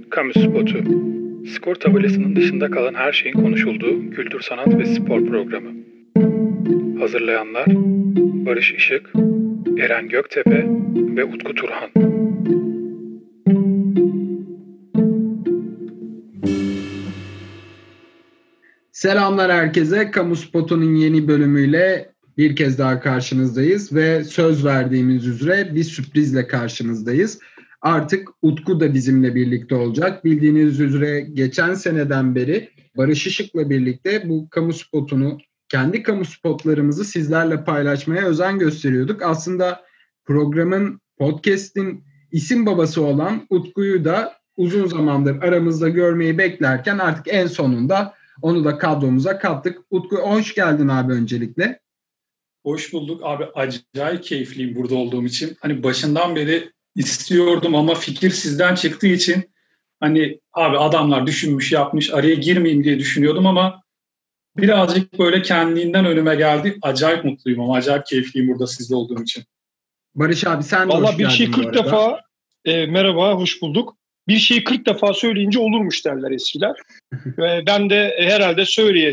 Kamu spotu. Skor tabelasının dışında kalan her şeyin konuşulduğu kültür, sanat ve spor programı. Hazırlayanlar Barış Işık, Eren Göktepe ve Utku Turhan. Selamlar herkese. Kamu Spotu'nun yeni bölümüyle bir kez daha karşınızdayız ve söz verdiğimiz üzere bir sürprizle karşınızdayız. Artık Utku da bizimle birlikte olacak. Bildiğiniz üzere geçen seneden beri Barış Işık'la birlikte bu kamu spotunu, kendi kamu spotlarımızı sizlerle paylaşmaya özen gösteriyorduk. Aslında programın, podcast'in isim babası olan Utku'yu da uzun zamandır aramızda görmeyi beklerken artık en sonunda onu da kadromuza kattık. Utku hoş geldin abi öncelikle. Hoş bulduk abi, acayip keyifliyim burada olduğum için. Hani başından beri istiyordum ama fikir sizden çıktığı için hani abi adamlar düşünmüş yapmış, araya girmeyeyim diye düşünüyordum ama birazcık böyle kendiliğinden önüme geldi. Acayip mutluyum ama acayip keyifliyim burada sizde olduğum için. Barış abi sen de hoş Vallahi geldin. bir şey 40 defa merhaba, hoş bulduk. Bir şeyi 40 defa söyleyince olurmuş derler eskiler. Ve ben de herhalde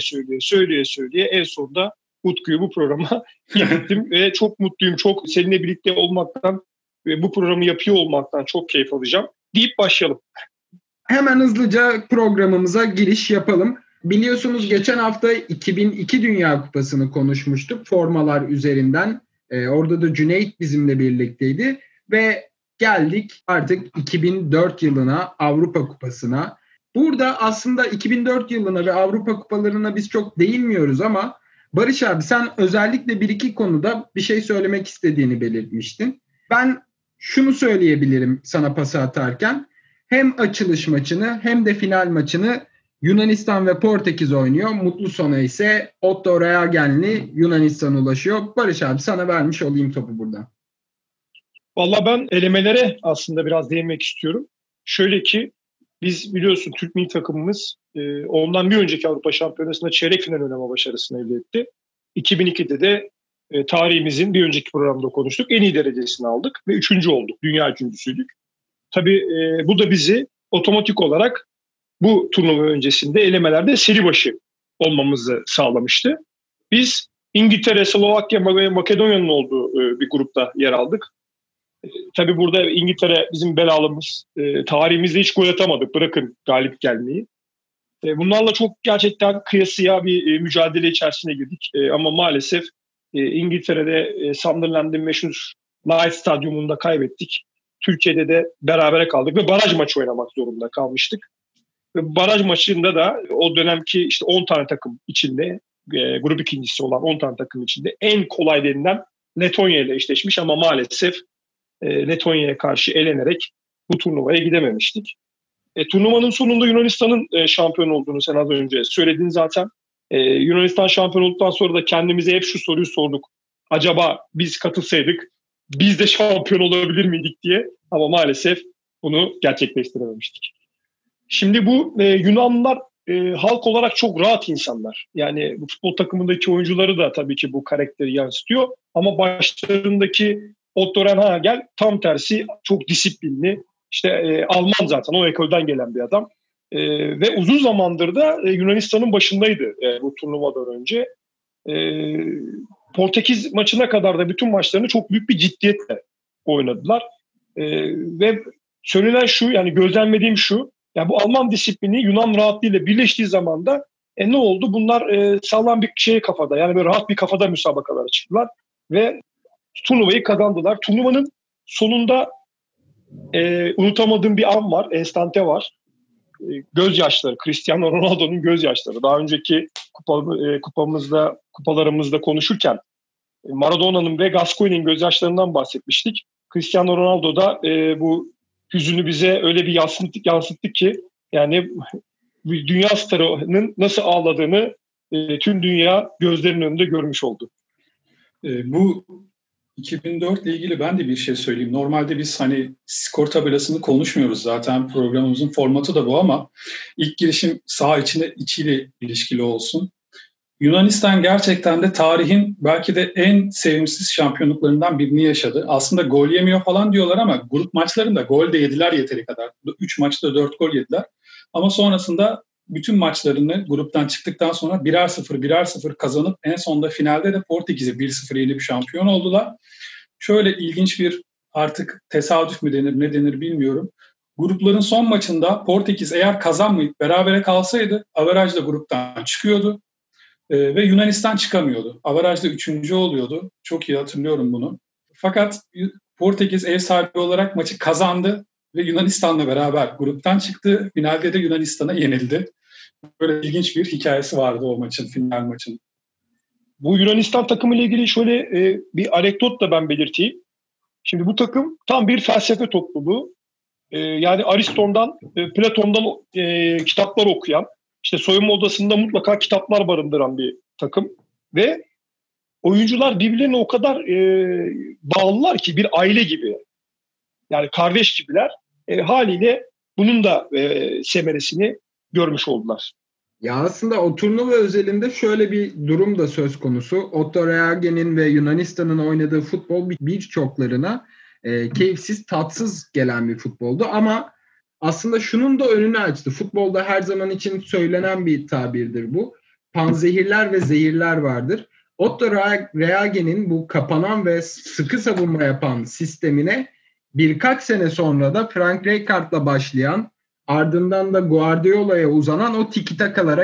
söyleye en sonunda Utku'yu bu programa getirdim ve çok mutluyum. Çok seninle birlikte olmaktan ve bu programı yapıyor olmaktan çok keyif alacağım deyip başlayalım. Hemen hızlıca programımıza giriş yapalım. Biliyorsunuz geçen hafta 2002 Dünya Kupası'nı konuşmuştuk formalar üzerinden. Orada da Cüneyt bizimle birlikteydi ve geldik artık 2004 yılına, Avrupa Kupası'na. Burada aslında 2004 yılına ve Avrupa Kupalarına biz çok değinmiyoruz ama Barış abi sen özellikle bir iki konuda bir şey söylemek istediğini belirtmiştin. Ben şunu söyleyebilirim sana pası atarken. Hem açılış maçını hem de final maçını Yunanistan ve Portekiz oynuyor. Mutlu sona ise Otto Reagenli Yunanistan'a ulaşıyor. Barış abi sana vermiş olayım topu burada. Vallahi ben elemelere aslında biraz değinmek istiyorum. Şöyle ki biz biliyorsun Türk milli takımımız ondan bir önceki Avrupa Şampiyonası'nda çeyrek final oynama başarısını elde etti. 2002'de de tarihimizin bir önceki programda konuştuk. En iyi derecesini aldık ve 3. olduk. Dünya üçüncüsüydük. Tabii bu da bizi otomatik olarak bu turnuva öncesinde elemelerde seri başı olmamızı sağlamıştı. Biz İngiltere, Slovakya ve Makedonya'nın olduğu bir grupta yer aldık. Tabii burada İngiltere bizim belalımız. Tarihimizde hiç gol atamadık. Bırakın galip gelmeyi. Bunlarla çok gerçekten kıyasıya bir mücadele içerisine girdik. Ama maalesef İngiltere'de Sunderland'in meşhur Light Stadyumunda kaybettik. Türkiye'de de berabere kaldık ve baraj maçı oynamak zorunda kalmıştık. Ve baraj maçında da o dönemki işte 10 tane takım içinde, grup ikincisi olan 10 tane takım içinde en kolay denilen Letonya ile eşleşmiş ama maalesef Letonya'ya karşı elenerek bu turnuvaya gidememiştik. Turnuvanın sonunda Yunanistan'ın şampiyon olduğunu sen az önce söyledin zaten. Yunanistan şampiyon olduktan sonra da kendimize hep şu soruyu sorduk. Acaba biz katılsaydık biz de şampiyon olabilir miydik diye. Ama maalesef bunu gerçekleştirememiştik. Şimdi bu Yunanlılar halk olarak çok rahat insanlar. Yani bu futbol takımındaki oyuncuları da tabii ki bu karakteri yansıtıyor. Ama başlarındaki Otto Rehhagel tam tersi çok disiplinli. İşte Alman zaten o ekolden gelen bir adam. Ve uzun zamandır da Yunanistan'ın başındaydı bu turnuvadan önce. Portekiz maçına kadar da bütün maçlarını çok büyük bir ciddiyetle oynadılar. Ve söylenen şu, yani gözlemlediğim şu, yani bu Alman disiplini Yunan rahatlığıyla birleştiği zaman da ne oldu? Bunlar sağlam bir şey kafada, yani böyle rahat bir kafada müsabakalara çıktılar ve turnuvayı kazandılar. Turnuvanın sonunda unutamadığım bir an var, enstante var. Gözyaşları, Cristiano Ronaldo'nun gözyaşları. Daha önceki kupalarımızda konuşurken Maradona'nın ve Gascoigne'nin gözyaşlarından bahsetmiştik. Cristiano Ronaldo da bu hüzünü bize öyle bir yansıttı ki yani dünya starının nasıl ağladığını tüm dünya gözlerinin önünde görmüş oldu. Bu 2004 ile ilgili ben de bir şey söyleyeyim. Normalde biz hani skor tabelasını konuşmuyoruz. Zaten programımızın formatı da bu ama ilk girişim saha içiyle ilişkili olsun. Yunanistan gerçekten de tarihin belki de en sevimsiz şampiyonluklarından birini yaşadı. Aslında gol yemiyor falan diyorlar ama grup maçlarında gol de yediler yeteri kadar. 3 maçta 4 gol yediler. Ama sonrasında bütün maçlarını gruptan çıktıktan sonra 1-0 kazanıp en sonunda finalde de Portekiz'i 1-0 yenip şampiyon oldular. Şöyle ilginç bir, artık tesadüf mü denir ne denir bilmiyorum. Grupların son maçında Portekiz eğer kazanmayıp berabere kalsaydı averajla gruptan çıkıyordu. Ve Yunanistan çıkamıyordu. Averajda 3. oluyordu. Çok iyi hatırlıyorum bunu. Fakat Portekiz ev sahibi olarak maçı kazandı ve Yunanistan'la beraber gruptan çıktı. Finalde de Yunanistan'a yenildi. Böyle ilginç bir hikayesi vardı o maçın, final maçın. Bu Yunanistan takımı ile ilgili şöyle bir anekdot da ben belirteyim. Şimdi bu takım tam bir felsefe topluluğu. Yani Aristo'dan, Platon'dan kitaplar okuyan, işte soyunma odasında mutlaka kitaplar barındıran bir takım. Ve oyuncular birbirlerine o kadar bağlılar ki bir aile gibi. Yani kardeş gibiler. Haliyle bunun da semeresini görmüş oldular. Ya aslında o turnuva özelinde şöyle bir durum da söz konusu. Otto Rehage'nin ve Yunanistan'ın oynadığı futbol birçoklarına keyifsiz, tatsız gelen bir futboldu. Ama aslında şunun da önünü açtı. Futbolda her zaman için söylenen bir tabirdir bu. Panzehirler ve zehirler vardır. Otto Rehage'nin bu kapanan ve sıkı savunma yapan sistemine birkaç sene sonra da Frank Rijkaard'la başlayan, ardından da Guardiola'ya uzanan o tiki-takalara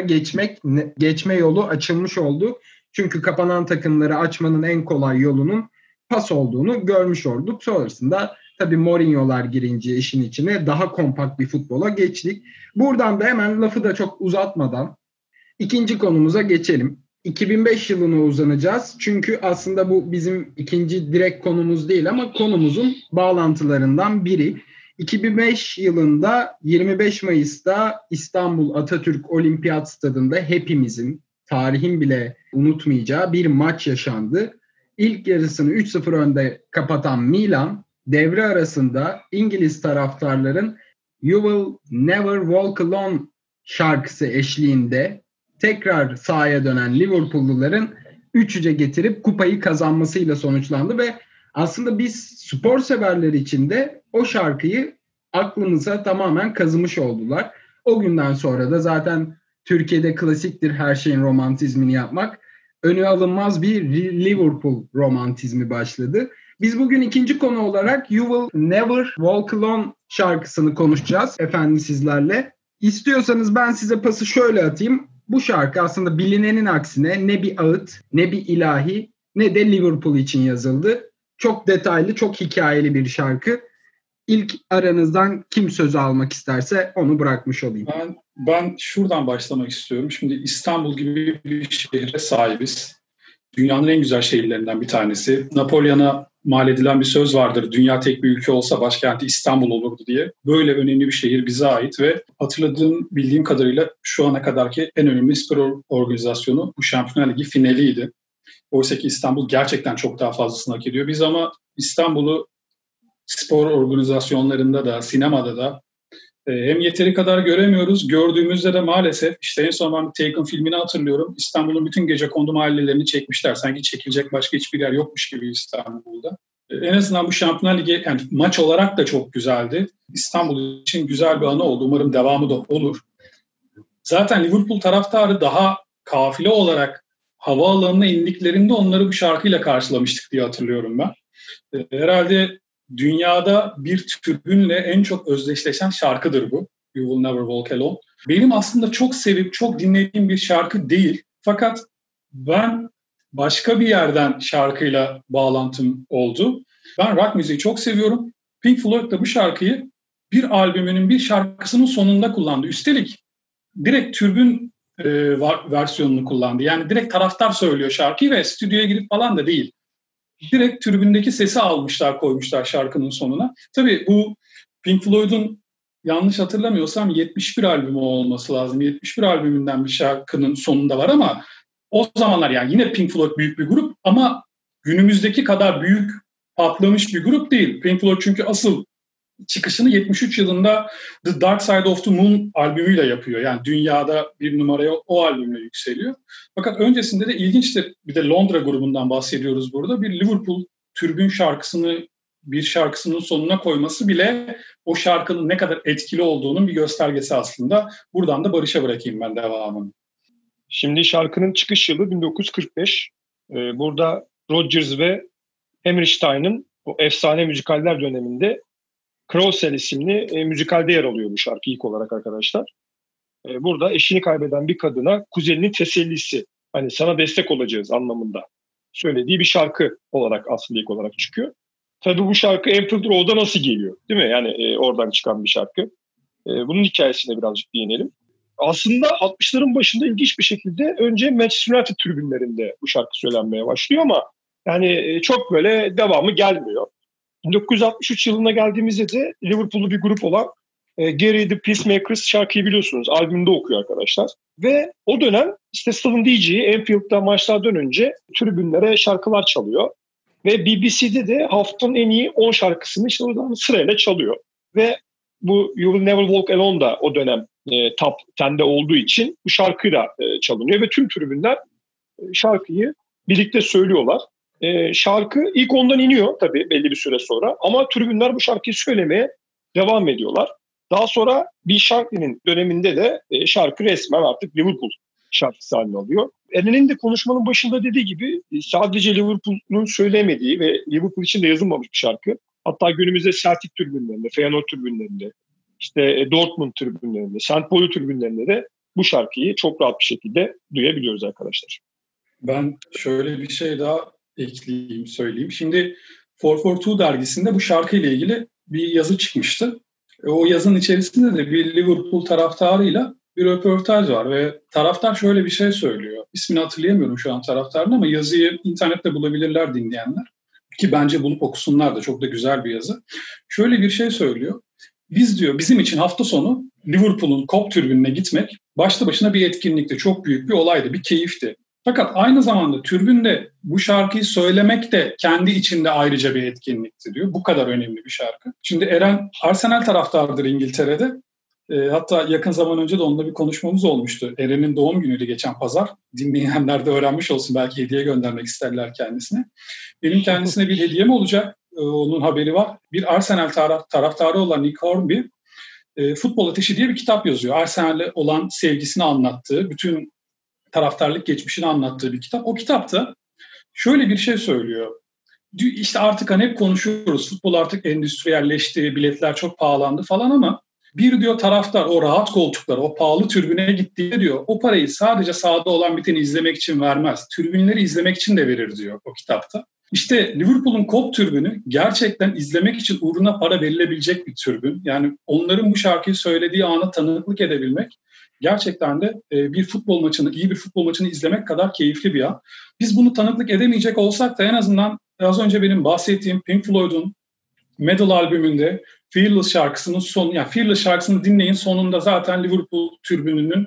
geçme yolu açılmış oldu. Çünkü kapanan takımları açmanın en kolay yolunun pas olduğunu görmüş olduk. Sonrasında tabii Mourinho'lar girince işin içine daha kompakt bir futbola geçtik. Buradan da hemen lafı da çok uzatmadan ikinci konumuza geçelim. 2005 yılına uzanacağız. Çünkü aslında bu bizim ikinci direkt konumuz değil ama konumuzun bağlantılarından biri. 2005 yılında 25 Mayıs'ta İstanbul Atatürk Olimpiyat Stadı'nda hepimizin, tarihin bile unutmayacağı bir maç yaşandı. İlk yarısını 3-0 önde kapatan Milan, devre arasında İngiliz taraftarların "You Will Never Walk Alone" şarkısı eşliğinde tekrar sahaya dönen Liverpoolluların 3-3'e getirip kupayı kazanmasıyla sonuçlandı ve aslında biz spor severler için de o şarkıyı aklımıza tamamen kazımış oldular. O günden sonra da zaten Türkiye'de klasiktir her şeyin romantizmini yapmak. Önü alınmaz bir Liverpool romantizmi başladı. Biz bugün ikinci konu olarak "You Will Never Walk Alone" şarkısını konuşacağız efendim sizlerle. İstiyorsanız ben size pası şöyle atayım. Bu şarkı aslında bilinenin aksine ne bir ağıt, ne bir ilahi, ne de Liverpool için yazıldı. Çok detaylı, çok hikayeli bir şarkı. İlk aranızdan kim sözü almak isterse onu bırakmış olayım. Ben şuradan başlamak istiyorum. Şimdi İstanbul gibi bir şehre sahibiz. Dünyanın en güzel şehirlerinden bir tanesi. Napolyon'a mal edilen bir söz vardır. Dünya tek bir ülke olsa başkenti İstanbul olurdu diye. Böyle önemli bir şehir bize ait ve bildiğim kadarıyla şu ana kadarki en önemli spor organizasyonu bu Şampiyonlar Ligi finaliydi. Oysa ki İstanbul gerçekten çok daha fazlasını hak ediyor. Biz ama İstanbul'u spor organizasyonlarında da, sinemada da hem yeteri kadar göremiyoruz. Gördüğümüzde de maalesef işte en son ben Taken filmini hatırlıyorum. İstanbul'un bütün gecekondu mahallelerini çekmişler. Sanki çekilecek başka hiçbir yer yokmuş gibi İstanbul'da. En azından bu Şampiyonlar Ligi yani maç olarak da çok güzeldi. İstanbul için güzel bir anı oldu. Umarım devamı da olur. Zaten Liverpool taraftarı daha kafile olarak havaalanına indiklerinde onları bu şarkıyla karşılamıştık diye hatırlıyorum ben. Herhalde dünyada bir tribünle en çok özdeşleşen şarkıdır bu. You Will Never Walk Alone. Benim aslında çok sevip çok dinlediğim bir şarkı değil. Fakat ben başka bir yerden şarkıyla bağlantım oldu. Ben rock müziği çok seviyorum. Pink Floyd da bu şarkıyı bir albümünün bir şarkısının sonunda kullandı. Üstelik direkt tribün versiyonunu kullandı. Yani direkt taraftar söylüyor şarkıyı ve stüdyoya girip falan da değil. Direkt tribündeki sesi almışlar, koymuşlar şarkının sonuna. Tabii bu Pink Floyd'un yanlış hatırlamıyorsam 71 albümü olması lazım. 71 albümünden bir şarkının sonunda var ama o zamanlar yani yine Pink Floyd büyük bir grup ama günümüzdeki kadar büyük patlamış bir grup değil. Pink Floyd çünkü asıl çıkışını 73 yılında The Dark Side of the Moon albümüyle yapıyor. Yani dünyada bir numaraya o albümle yükseliyor. Fakat öncesinde de ilginçtir. Bir de Londra grubundan bahsediyoruz burada. Bir Liverpool türbün şarkısını bir şarkısının sonuna koyması bile o şarkının ne kadar etkili olduğunun bir göstergesi aslında. Buradan da Barış'a bırakayım ben devamını. Şimdi şarkının çıkış yılı 1945. Burada Rodgers ve Hammerstein'ın o efsane müzikaller döneminde Carousel isimli müzikalde yer alıyor bu şarkı ilk olarak arkadaşlar. Burada eşini kaybeden bir kadına kuzeninin tesellisi, hani sana destek olacağız anlamında söylediği bir şarkı olarak aslında ilk olarak çıkıyor. Tabii bu şarkı Anfield Road'a nasıl geliyor, değil mi? Yani oradan çıkan bir şarkı. Bunun hikayesine birazcık değinelim. Aslında 60'ların başında ilginç bir şekilde önce Manchester United tribünlerinde bu şarkı söylenmeye başlıyor ama yani çok böyle devamı gelmiyor. 1963 yılına geldiğimizde de Liverpool'lu bir grup olan Gary the Peacemakers şarkıyı biliyorsunuz. Albümde okuyor arkadaşlar. Ve o dönem işte stadın DJ'i Anfield'da maçlardan önce tribünlere şarkılar çalıyor. Ve BBC'de de haftanın en iyi 10 şarkısını işte oradan sırayla çalıyor. Ve bu You Will Never Walk Alone da o dönem top 10'de olduğu için bu şarkı da çalınıyor. Ve tüm tribünler şarkıyı birlikte söylüyorlar. Şarkı ilk ondan iniyor tabii belli bir süre sonra. Ama tribünler bu şarkıyı söylemeye devam ediyorlar. Daha sonra Bill Shankly'nin döneminde de şarkı resmen artık Liverpool şarkısı haline alıyor. Eren'in de konuşmanın başında dediği gibi sadece Liverpool'un söylemediği ve Liverpool için de yazılmamış bir şarkı. Hatta günümüzde Celtic tribünlerinde, Feyenoord tribünlerinde, işte Dortmund tribünlerinde, St. Pauli tribünlerinde de bu şarkıyı çok rahat bir şekilde duyabiliyoruz arkadaşlar. Ben şöyle bir şey daha ekleyeyim, söyleyeyim. Şimdi 442 dergisinde bu şarkıyla ilgili bir yazı çıkmıştı. O yazının içerisinde de bir Liverpool taraftarıyla bir röportaj var ve taraftar şöyle bir şey söylüyor. İsmini hatırlayamıyorum şu an taraftarın ama yazıyı internette bulabilirler dinleyenler. Ki bence bulup okusunlar da, çok da güzel bir yazı. Şöyle bir şey söylüyor. Biz diyor, bizim için hafta sonu Liverpool'un Kop tribününe gitmek başlı başına bir etkinlikti. Çok büyük bir olaydı, bir keyifti. Fakat aynı zamanda tribünde bu şarkıyı söylemek de kendi içinde ayrıca bir etkinlikti diyor. Bu kadar önemli bir şarkı. Şimdi Eren Arsenal taraftarıdır İngiltere'de. Hatta yakın zaman önce de onunla bir konuşmamız olmuştu. Eren'in doğum günüydü geçen pazar. Dinleyenler de öğrenmiş olsun, belki hediye göndermek isterler kendisine. Benim kendisine bir hediyem olacak. Onun haberi var. Bir Arsenal taraftarı olan Nick Hornby, Futbol Ateşi diye bir kitap yazıyor. Arsenal'e olan sevgisini anlattığı, bütün taraftarlık geçmişini anlattığı bir kitap. O kitapta şöyle bir şey söylüyor. İşte artık hani hep konuşuyoruz. Futbol artık endüstriyelleşti, biletler çok pahalandı falan ama bir diyor taraftar o rahat koltuklara, o pahalı tribüne gittiğinde diyor o parayı sadece sahada olan biteni izlemek için vermez. Tribünleri izlemek için de verir diyor o kitapta. İşte Liverpool'un Kop tribünü gerçekten izlemek için uğruna para verilebilecek bir tribün. Yani onların bu şarkıyı söylediği ana tanıklık edebilmek gerçekten de bir futbol maçını, iyi bir futbol maçını izlemek kadar keyifli bir an. Biz bunu tanıklık edemeyecek olsak da en azından az önce benim bahsettiğim Pink Floyd'un Metal albümünde Fearless şarkısının sonu, yani Fearless şarkısını dinleyin, sonunda zaten Liverpool tribününün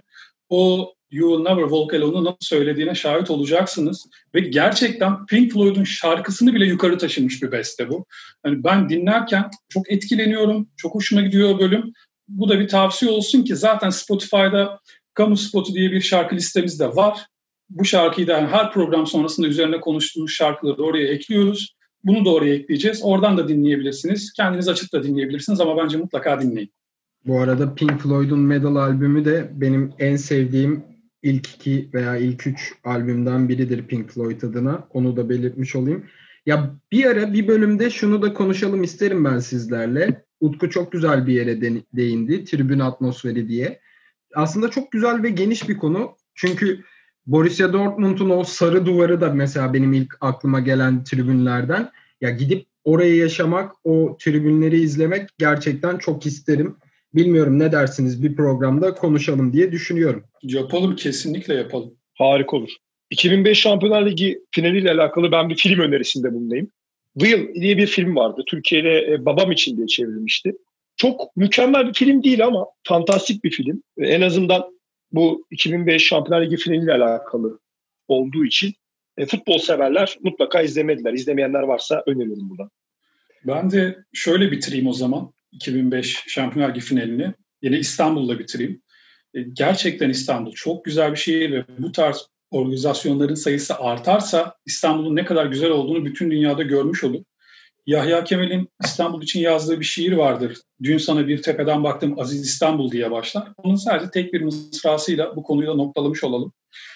o You Will Never Walk Alone'u nasıl söylediğine şahit olacaksınız. Ve gerçekten Pink Floyd'un şarkısını bile yukarı taşınmış bir beste bu. Yani ben dinlerken çok etkileniyorum, çok hoşuma gidiyor o bölüm. Bu da bir tavsiye olsun ki zaten Spotify'da Kamu Spotu diye bir şarkı listemiz de var. Bu şarkıyı da yani her program sonrasında üzerine konuştuğumuz şarkıları oraya ekliyoruz. Bunu da oraya ekleyeceğiz. Oradan da dinleyebilirsiniz. Kendiniz açıp da dinleyebilirsiniz ama bence mutlaka dinleyin. Bu arada Pink Floyd'un Metal albümü de benim en sevdiğim ilk 2 veya ilk 3 albümden biridir Pink Floyd adına. Onu da belirtmiş olayım. Ya bir ara bir bölümde şunu da konuşalım isterim ben sizlerle. Utku çok güzel bir yere değindi. Tribün atmosferi diye. Aslında çok güzel ve geniş bir konu. Çünkü Borussia Dortmund'un o sarı duvarı da mesela benim ilk aklıma gelen tribünlerden. Ya gidip oraya yaşamak, o tribünleri izlemek gerçekten çok isterim. Bilmiyorum, ne dersiniz, bir programda konuşalım diye düşünüyorum. Yapalım, kesinlikle yapalım. Harika olur. 2005 Şampiyonlar Ligi finaliyle alakalı ben bir film önerisinde bulunayım. Will diye bir film vardı. Türkiye'de Babam için diye çevrilmişti. Çok mükemmel bir film değil ama fantastik bir film. En azından bu 2005 Şampiyonlar Ligi finaliyle alakalı olduğu için futbol severler mutlaka izlemediler. İzlemeyenler varsa öneririm buradan. Ben de şöyle bitireyim o zaman. 2005 Şampiyonlar Ligi finalini. Yine İstanbul'da bitireyim. Gerçekten İstanbul çok güzel bir şehir ve bu tarz organizasyonların sayısı artarsa İstanbul'un ne kadar güzel olduğunu bütün dünyada görmüş olur. Yahya Kemal'in İstanbul için yazdığı bir şiir vardır. Dün sana bir tepeden baktım Aziz İstanbul diye başlar. Onun sadece tek bir mısrasıyla bu konuyu da noktalamış olalım.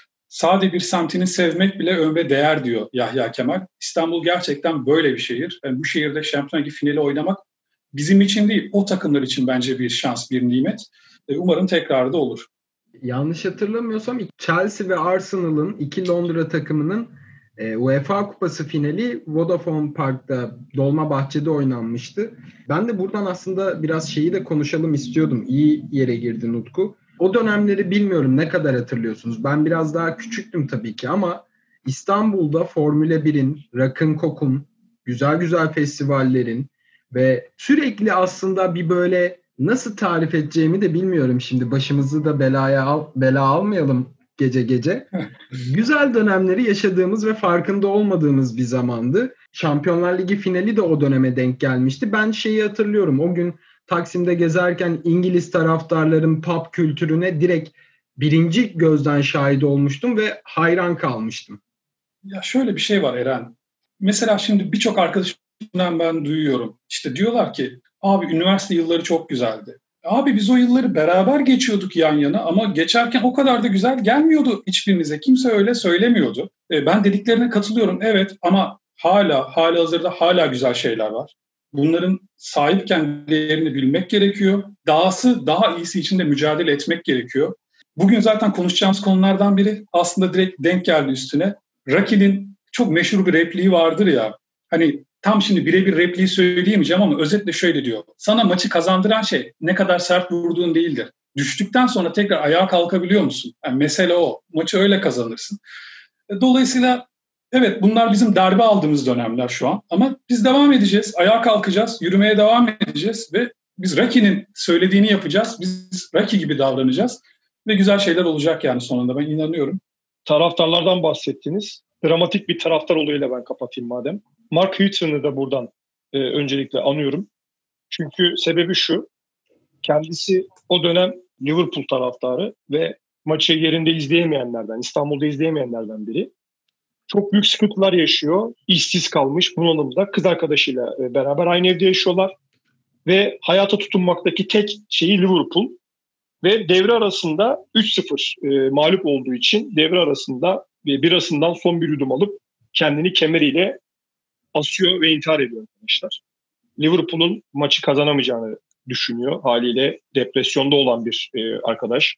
Sade bir semtini sevmek bile ömre değer diyor Yahya Kemal. İstanbul gerçekten böyle bir şehir. Yani bu şehirde Şampiyonlar Ligi finali oynamak bizim için değil, o takımlar için bence bir şans, bir nimet. Umarım tekrarı da olur. Yanlış hatırlamıyorsam Chelsea ve Arsenal'ın iki Londra takımının UEFA Kupası finali Vodafone Park'ta Dolmabahçe'de oynanmıştı. Ben de buradan aslında biraz şeyi de konuşalım istiyordum. İyi yere girdin Utku. O dönemleri bilmiyorum ne kadar hatırlıyorsunuz. Ben biraz daha küçüktüm tabii ki ama İstanbul'da Formula 1'in, Rock'n Coke'un, güzel festivallerin ve sürekli aslında bir böyle nasıl tarif edeceğimi de bilmiyorum şimdi. Başımızı da bela almayalım gece. Güzel dönemleri yaşadığımız ve farkında olmadığımız bir zamandı. Şampiyonlar Ligi finali de o döneme denk gelmişti. Ben şeyi hatırlıyorum. O gün Taksim'de gezerken İngiliz taraftarların pub kültürüne direkt birinci gözden şahit olmuştum ve hayran kalmıştım. Ya şöyle bir şey var Eren. Mesela şimdi birçok arkadaşımdan ben duyuyorum. İşte diyorlar ki abi üniversite yılları çok güzeldi. Abi biz o yılları beraber geçiyorduk yan yana ama geçerken o kadar da güzel gelmiyordu hiçbirinize. Kimse öyle söylemiyordu. Ben dediklerine katılıyorum evet ama halihazırda hala güzel şeyler var. Bunların sahipken değerini bilmek gerekiyor. Daha iyisi için de mücadele etmek gerekiyor. Bugün zaten konuşacağımız konulardan biri aslında direkt denk geldi üstüne. Rocky'nin çok meşhur bir repliği vardır ya. Hani tam şimdi birebir repliği söyleyemeyeceğim ama özetle şöyle diyor. Sana maçı kazandıran şey ne kadar sert vurduğun değildir. Düştükten sonra tekrar ayağa kalkabiliyor musun? Yani mesele o. Maçı öyle kazanırsın. Dolayısıyla evet bunlar bizim darbe aldığımız dönemler şu an. Ama biz devam edeceğiz. Ayağa kalkacağız. Yürümeye devam edeceğiz. Ve biz Rocky'nin söylediğini yapacağız. Biz Rocky gibi davranacağız. Ve güzel şeyler olacak yani sonunda ben inanıyorum. Taraftarlardan bahsettiniz. Dramatik bir taraftar olayıyla ben kapatayım madem. Mark Hutton'u da buradan öncelikle anıyorum. Çünkü sebebi şu. Kendisi o dönem Liverpool taraftarı ve maçı yerinde izleyemeyenlerden, İstanbul'da izleyemeyenlerden biri. Çok büyük sıkıntılar yaşıyor. İşsiz kalmış bunalımda. Kız arkadaşıyla beraber aynı evde yaşıyorlar. Ve hayata tutunmaktaki tek şeyi Liverpool. Ve devre arasında 3-0 mağlup olduğu için devre arasında birasından son bir yudum alıp kendini kemeriyle asıyor ve intihar ediyor arkadaşlar. Liverpool'un maçı kazanamayacağını düşünüyor. Haliyle depresyonda olan bir arkadaş.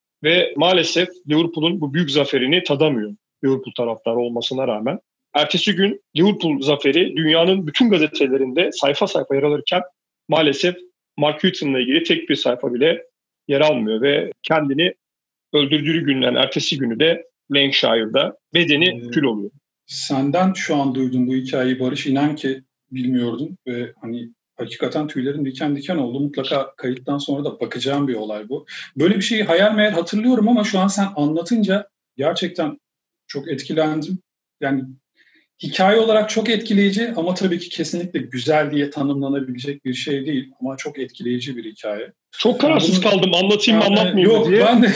Ve maalesef Liverpool'un bu büyük zaferini tadamıyor. Liverpool taraftarı olmasına rağmen. Ertesi gün Liverpool zaferi dünyanın bütün gazetelerinde sayfa sayfa yer alırken maalesef Mark Hutton'la ilgili tek bir sayfa bile yer almıyor ve kendini öldürdüğü günden ertesi günü de Lancashire'da bedeni kül oluyor. Senden şu an duydum bu hikayeyi Barış. İnan ki bilmiyordum ve hani hakikaten tüylerim diken diken oldu. Mutlaka kayıttan sonra da bakacağım bir olay bu. Böyle bir şeyi hayal meyal hatırlıyorum ama şu an sen anlatınca gerçekten çok etkilendim. Yani hikaye olarak çok etkileyici ama tabii ki kesinlikle güzel diye tanımlanabilecek bir şey değil. Ama çok etkileyici bir hikaye. Çok kararsız kaldım. Anlatayım mı anlatmayayım mı diye. Yok ben de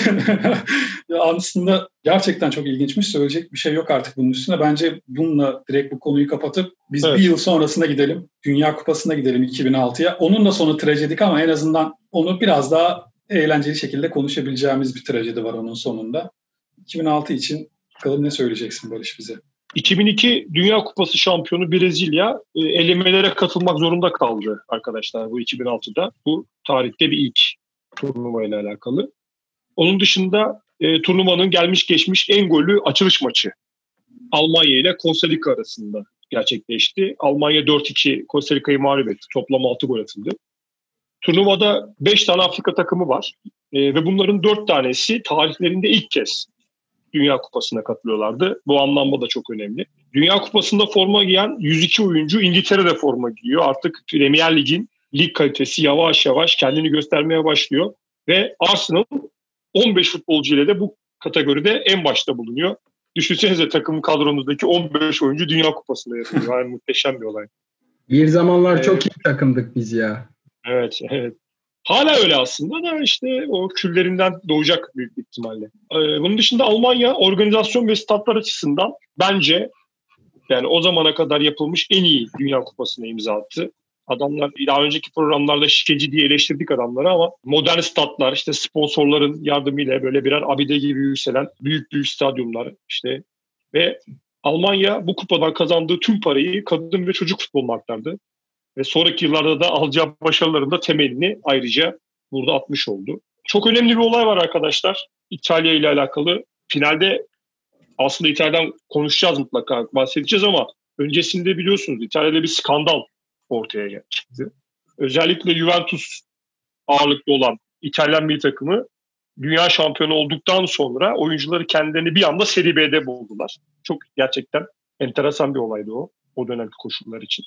ya aslında gerçekten çok ilginçmiş. Söyleyecek bir şey yok artık bunun üstüne. Bence bununla direkt bu konuyu kapatıp biz bir yıl sonrasına gidelim. Dünya Kupası'na gidelim 2006'ya. Onun da sonu trajedik ama en azından onu biraz daha eğlenceli şekilde konuşabileceğimiz bir trajedi var onun sonunda. 2006 için bakalım ne söyleyeceksin Barış bize? 2002 Dünya Kupası şampiyonu Brezilya elemelere katılmak zorunda kaldı arkadaşlar bu 2006'da. Bu tarihte bir ilk turnuvayla alakalı. Onun dışında turnuvanın gelmiş geçmiş en gollü açılış maçı Almanya ile Costa Rica arasında gerçekleşti. Almanya 4-2 Costa Rica'yı mağlup etti. Toplam 6 gol atıldı. Turnuvada 5 tane Afrika takımı var ve bunların 4 tanesi tarihlerinde ilk kez Dünya Kupası'na katılıyorlardı. Bu anlamda da çok önemli. Dünya Kupası'nda forma giyen 102 oyuncu İngiltere'de forma giyiyor. Artık Premier Lig'in lig kalitesi yavaş yavaş kendini göstermeye başlıyor. Ve Arsenal 15 futbolcu ile de bu kategoride en başta bulunuyor. Düşünsenize takım kadromuzdaki 15 oyuncu Dünya Kupası'nda yapıyor. Yani muhteşem bir olay. Bir zamanlar çok iyi takımdık biz ya. Evet, evet. Hala öyle aslında da işte o küllerinden doğacak büyük ihtimalle. Bunun dışında Almanya organizasyon ve statlar açısından bence yani o zamana kadar yapılmış en iyi Dünya Kupası'na imza attı. Adamlar daha önceki programlarda şikeci diye eleştirdik adamları ama modern statlar, işte sponsorların yardımıyla böyle birer abide gibi yükselen büyük büyük stadyumlar işte ve Almanya bu kupadan kazandığı tüm parayı kadın ve çocuk futboluna aktardı. Ve sonraki yıllarda da alacağı başarıların da temelini ayrıca burada atmış oldu. Çok önemli bir olay var arkadaşlar. İtalya ile alakalı. Finalde aslında İtalya'dan konuşacağız mutlaka, bahsedeceğiz ama öncesinde biliyorsunuz İtalya'da bir skandal ortaya çıktı. Özellikle Juventus ağırlıklı olan İtalyan milli takımı dünya şampiyonu olduktan sonra oyuncuları kendilerini bir anda Serie B'de buldular. Çok gerçekten enteresan bir olaydı o dönemki koşullar için.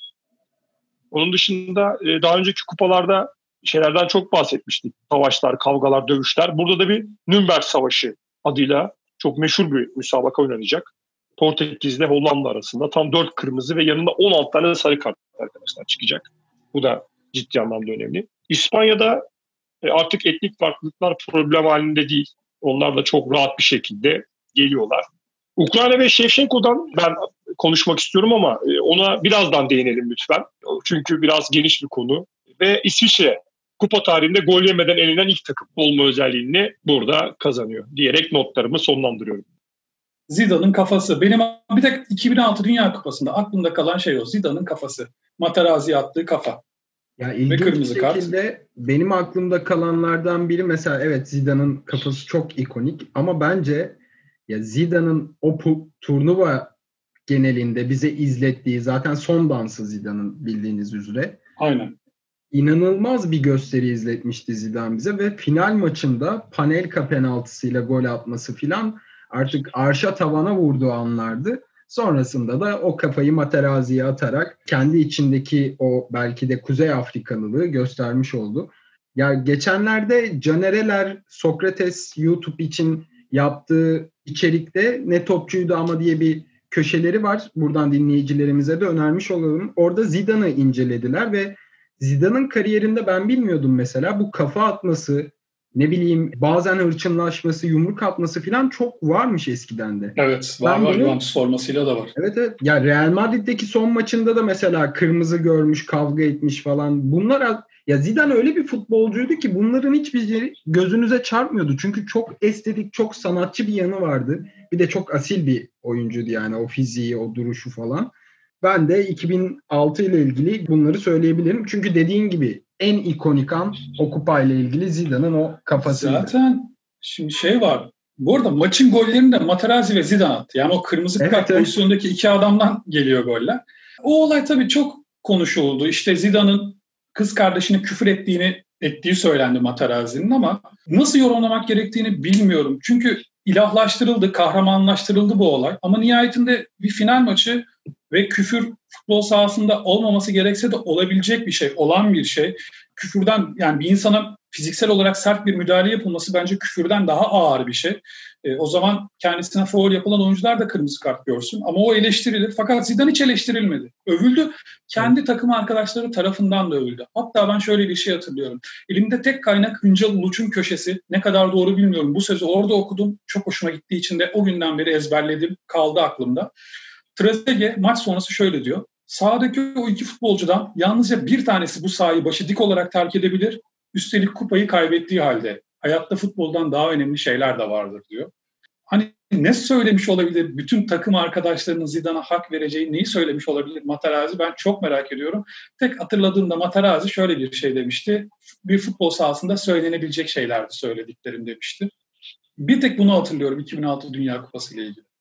Onun dışında daha önceki kupalarda şeylerden çok bahsetmiştik. Savaşlar, kavgalar, dövüşler. Burada da bir Nürnberg Savaşı adıyla çok meşhur bir müsabaka oynanacak. Portekiz'le Hollanda arasında tam 4 kırmızı ve yanında 16 tane sarı kart arkadaşlar çıkacak. Bu da ciddi anlamda önemli. İspanya'da artık etnik farklılıklar problem halinde değil. Onlar da çok rahat bir şekilde geliyorlar. Ukrayna ve Şevşenko'dan ben konuşmak istiyorum ama ona birazdan değinelim lütfen. Çünkü biraz geniş bir konu. Ve İsviçre kupa tarihinde gol yemeden elenen ilk takım olma özelliğini burada kazanıyor diyerek notlarımı sonlandırıyorum. Zidane'ın kafası. Benim bir tek 2006 Dünya Kupası'nda aklımda kalan şey o. Zidane'ın kafası. Materazzi'ye attığı kafa. Ya ilginç bir şekilde benim aklımda kalanlardan biri mesela evet Zidane'ın kafası çok ikonik ama bence ya Zidane'ın o turnuva genelinde bize izlettiği zaten son dansı Zidane'ın bildiğiniz üzere. Aynen. İnanılmaz bir gösteri izletmişti Zidane bize ve final maçında Panelka penaltısıyla gol atması filan artık arşa tavana vurduğu anlardı. Sonrasında da o kafayı Materazzi'ye atarak kendi içindeki o belki de Kuzey Afrikalılığı göstermiş oldu. Ya geçenlerde Canereler Sokrates YouTube için yaptığı içerikte Ne Topçuydu Ama diye bir köşeleri var. Buradan dinleyicilerimize de önermiş olalım. Orada Zidane'ı incelediler ve Zidane'ın kariyerinde ben bilmiyordum mesela bu kafa atması, ne bileyim bazen hırçınlaşması, yumruk atması falan çok varmış eskiden de. Evet, var Juventus formasıyla da var. Evet. Ya Real Madrid'deki son maçında da mesela kırmızı görmüş, kavga etmiş falan. Bunlar ya Zidane öyle bir futbolcuydu ki bunların hiçbiri gözünüze çarpmıyordu. Çünkü çok estetik, çok sanatçı bir yanı vardı. Bir de çok asil bir oyuncuydu yani o fiziği, o duruşu falan. Ben de 2006 ile ilgili bunları söyleyebilirim. Çünkü dediğin gibi en ikonik an o kupayla ilgili Zidane'ın o kafasıydı. Zaten şimdi şey var. Bu arada maçın gollerini de Materazzi ve Zidane attı. Yani o kırmızı kart pozisyondaki iki adamdan geliyor goller. O olay tabii çok konuşuldu. İşte Zidane'ın kız kardeşine küfür ettiği söylendi Materazzi'nin ama nasıl yorumlamak gerektiğini bilmiyorum. Çünkü ilahlaştırıldı, kahramanlaştırıldı bu olay. Ama nihayetinde bir final maçı ve küfür futbol sahasında olmaması gerekse de olabilecek bir şey, olan bir şey. Küfürden yani bir insana fiziksel olarak sert bir müdahale yapılması bence küfürden daha ağır bir şey. O zaman kendisine faul yapılan oyuncular da kırmızı kart görsün. Ama o eleştirilir. Fakat Zidane hiç eleştirilmedi. Övüldü. Kendi takım arkadaşları tarafından da övüldü. Hatta ben şöyle bir şey hatırlıyorum. Elimde tek kaynak Hıncal Uluç'un köşesi. Ne kadar doğru bilmiyorum. Bu sözü orada okudum. Çok hoşuma gittiği için de o günden beri ezberledim. Kaldı aklımda. Trezeguet maç sonrası şöyle diyor. Sahadaki o iki futbolcudan yalnızca bir tanesi bu sahayı başı dik olarak terk edebilir. Üstelik kupayı kaybettiği halde. Hayatta futboldan daha önemli şeyler de vardır diyor. Hani ne söylemiş olabilir? Bütün takım arkadaşlarının Zidane'a hak vereceği neyi söylemiş olabilir Materazzi? Ben çok merak ediyorum. Tek hatırladığımda Materazzi şöyle bir şey demişti. Bir futbol sahasında söylenebilecek şeylerdi söylediklerim demişti. Bir tek bunu hatırlıyorum 2006 Dünya Kupası ile ilgili.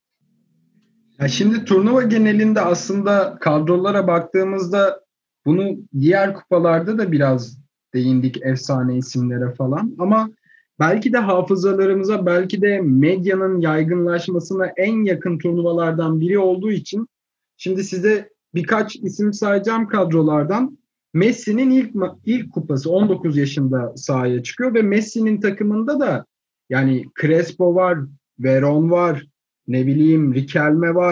Ya şimdi turnuva genelinde aslında kadrolara baktığımızda bunu diğer kupalarda da biraz değindik efsane isimlere falan ama belki de hafızalarımıza belki de medyanın yaygınlaşmasına en yakın turnuvalardan biri olduğu için şimdi size birkaç isim sayacağım kadrolardan. Messi'nin ilk kupası 19 yaşında sahaya çıkıyor ve Messi'nin takımında da yani Crespo var, Veron var, ne bileyim Riquelme var.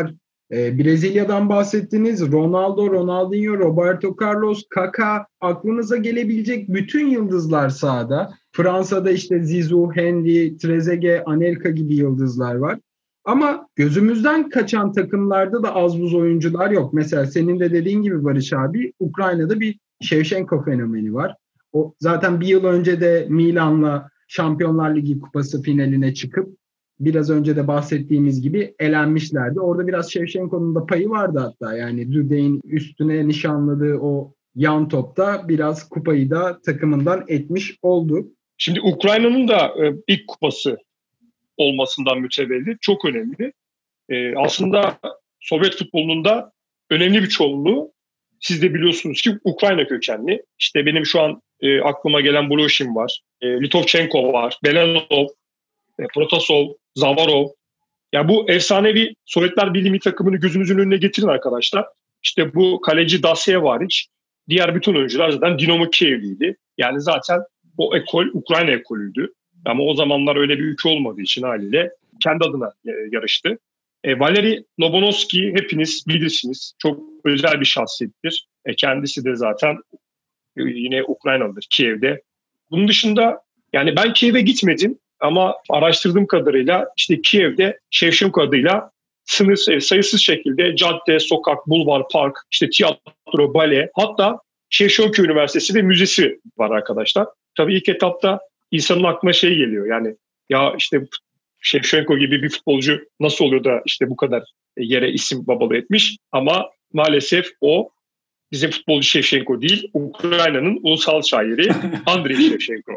Brezilya'dan bahsettiniz. Ronaldo, Ronaldinho, Roberto Carlos, Kaká, aklınıza gelebilecek bütün yıldızlar sahada. Fransa'da işte Zizou, Henry, Trezeguet, Anelka gibi yıldızlar var. Ama gözümüzden kaçan takımlarda da az buz oyuncular yok. Mesela senin de dediğin gibi Barış abi, Ukrayna'da bir Shevchenko fenomeni var. O zaten bir yıl önce de Milan'la Şampiyonlar Ligi kupası finaline çıkıp biraz önce de bahsettiğimiz gibi elenmişlerdi. Orada biraz Shevchenko'nun da payı vardı hatta. Yani Dudek'in üstüne nişanladığı o yan topta biraz kupayı da takımından etmiş oldu. Şimdi Ukrayna'nın da ilk kupası olmasından mütevellit çok önemli. Aslında Sovyet futbolunun da önemli bir çoğunluğu, siz de biliyorsunuz ki Ukrayna kökenli. İşte benim şu an aklıma gelen Voloshin var, Litovchenko var, Belenov, Protasov, Zavarov. Ya bu efsanevi Sovyetler Birliği takımını gözünüzün önüne getirin arkadaşlar. İşte bu kaleci Dasyev hariç diğer bütün oyuncular zaten Dinamo Kiev'liydi. Yani zaten o ekol Ukrayna ekolüydü. Ama o zamanlar öyle bir ülke olmadığı için haliyle kendi adına yarıştı. Valeri Lobanovski hepiniz bilirsiniz. Çok özel bir şahsiyettir. Kendisi de zaten yine Ukraynalıdır Kiev'de. Bunun dışında yani ben Kiev'e gitmedim ama araştırdığım kadarıyla işte Kiev'de Shevchenko adıyla sayısız şekilde cadde, sokak, bulvar, park, işte tiyatro, bale, hatta Shevchenko Üniversitesi ve müzesi var arkadaşlar. Tabii ilk etapta insanın aklına şey geliyor, yani ya işte Shevchenko gibi bir futbolcu nasıl oluyor da işte bu kadar yere isim babalı etmiş, ama maalesef o bizim futbolcu Shevchenko değil, Ukrayna'nın ulusal şairi Andrei Shevchenko.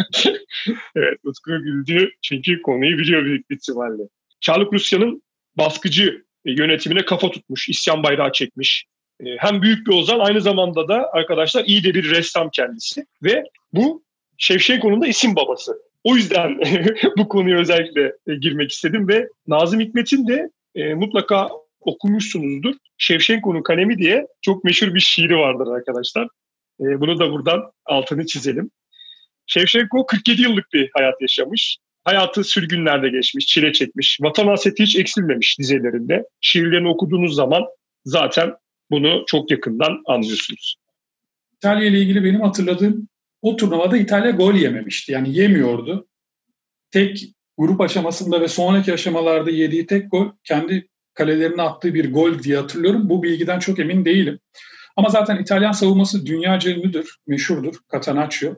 Evet, Utku güldü çünkü konuyu biliyor büyük bir ihtimalle. Çarlık Rusya'nın baskıcı yönetimine kafa tutmuş, isyan bayrağı çekmiş. Hem büyük bir ozan, aynı zamanda da arkadaşlar iyi de bir ressam kendisi. Ve bu Shevchenko'nun da isim babası. O yüzden bu konuya özellikle girmek istedim ve Nazım Hikmet'in de mutlaka okumuşsunuzdur. Shevchenko'nun Kalemi diye çok meşhur bir şiiri vardır arkadaşlar. Bunu da buradan altını çizelim. Shevchenko 47 yıllık bir hayat yaşamış. Hayatı sürgünlerde geçmiş, çile çekmiş. Vatan hasreti hiç eksilmemiş dizelerinde. Şiirlerini okuduğunuz zaman zaten bunu çok yakından anlıyorsunuz. İtalya ile ilgili benim hatırladığım, o turnuvada İtalya gol yememişti. Yani yemiyordu. Tek grup aşamasında ve sonraki aşamalarda yediği tek gol kendi kalelerine attığı bir gol diye hatırlıyorum. Bu bilgiden çok emin değilim. Ama zaten İtalyan savunması dünyaca ünlüdür, meşhurdur. Catenaccio.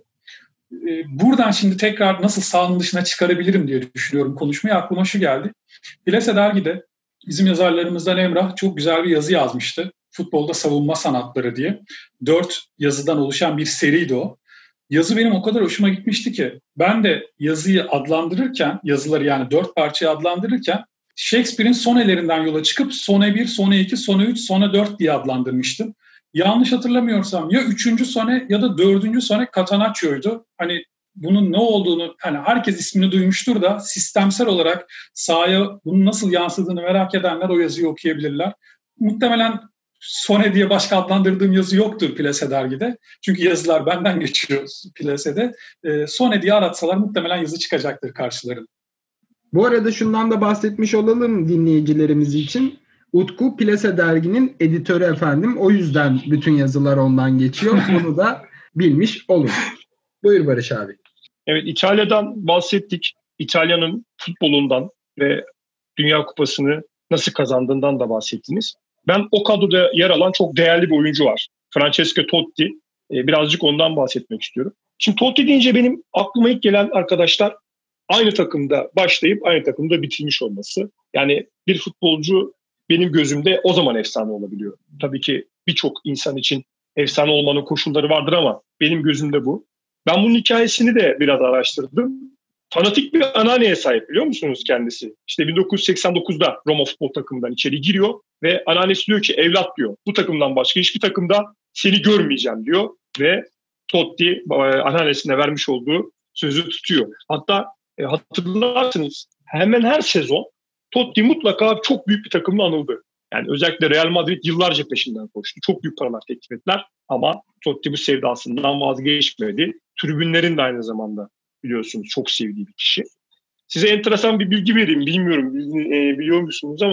Buradan şimdi tekrar nasıl sahanın dışına çıkarabilirim diye düşünüyorum konuşmayı. Aklıma şu geldi. Bilese dergide bizim yazarlarımızdan Emrah çok güzel bir yazı yazmıştı. Futbolda savunma sanatları diye. 4 yazıdan oluşan bir seriydi o. Yazı benim o kadar hoşuma gitmişti ki ben de yazıyı adlandırırken, yazıları yani 4 parçayı adlandırırken Shakespeare'in sonelerinden yola çıkıp sone 1, sone 2, sone 3, sone 4 diye adlandırmıştım. Yanlış hatırlamıyorsam ya 3. sone ya da 4. sone Catanaccio'ydu. Hani bunun ne olduğunu, hani herkes ismini duymuştur da sistemsel olarak sahaya bunun nasıl yansıdığını merak edenler o yazıyı okuyabilirler. Muhtemelen Sone diye başka adlandırdığım yazı yoktur Plase dergide. Çünkü yazılar benden geçiyor Plase'de. Sone diye aratsalar muhtemelen yazı çıkacaktır karşılarına. Bu arada şundan da bahsetmiş olalım dinleyicilerimiz için. Utku Plase derginin editörü efendim. O yüzden bütün yazılar ondan geçiyor. Bunu da bilmiş olun. Buyur Barış abi. Evet, İtalya'dan bahsettik. İtalya'nın futbolundan ve Dünya Kupası'nı nasıl kazandığından da bahsettiniz. Ben o kadroda yer alan çok değerli bir oyuncu var. Francesco Totti. Birazcık ondan bahsetmek istiyorum. Şimdi Totti deyince benim aklıma ilk gelen arkadaşlar aynı takımda başlayıp aynı takımda bitirmiş olması. Yani bir futbolcu benim gözümde o zaman efsane olabiliyor. Tabii ki birçok insan için efsane olmanın koşulları vardır ama benim gözümde bu. Ben bunun hikayesini de biraz araştırdım. Fanatik bir anneanneye sahip, biliyor musunuz kendisi? İşte 1989'da Roma futbol takımından içeri giriyor ve anneannesi diyor ki evlat diyor, bu takımdan başka hiçbir takımda seni görmeyeceğim diyor ve Totti anneannesine vermiş olduğu sözü tutuyor. Hatta hatırlarsınız hemen her sezon Totti mutlaka çok büyük bir takımla anıldı. Yani özellikle Real Madrid yıllarca peşinden koştu. Çok büyük paralar teklif ettiler ama Totti bu sevdasından vazgeçmedi. Tribünlerin de aynı zamanda biliyorsunuz çok sevdiği bir kişi. Size enteresan bir bilgi vereyim. Bilmiyorum biliyor musunuz ama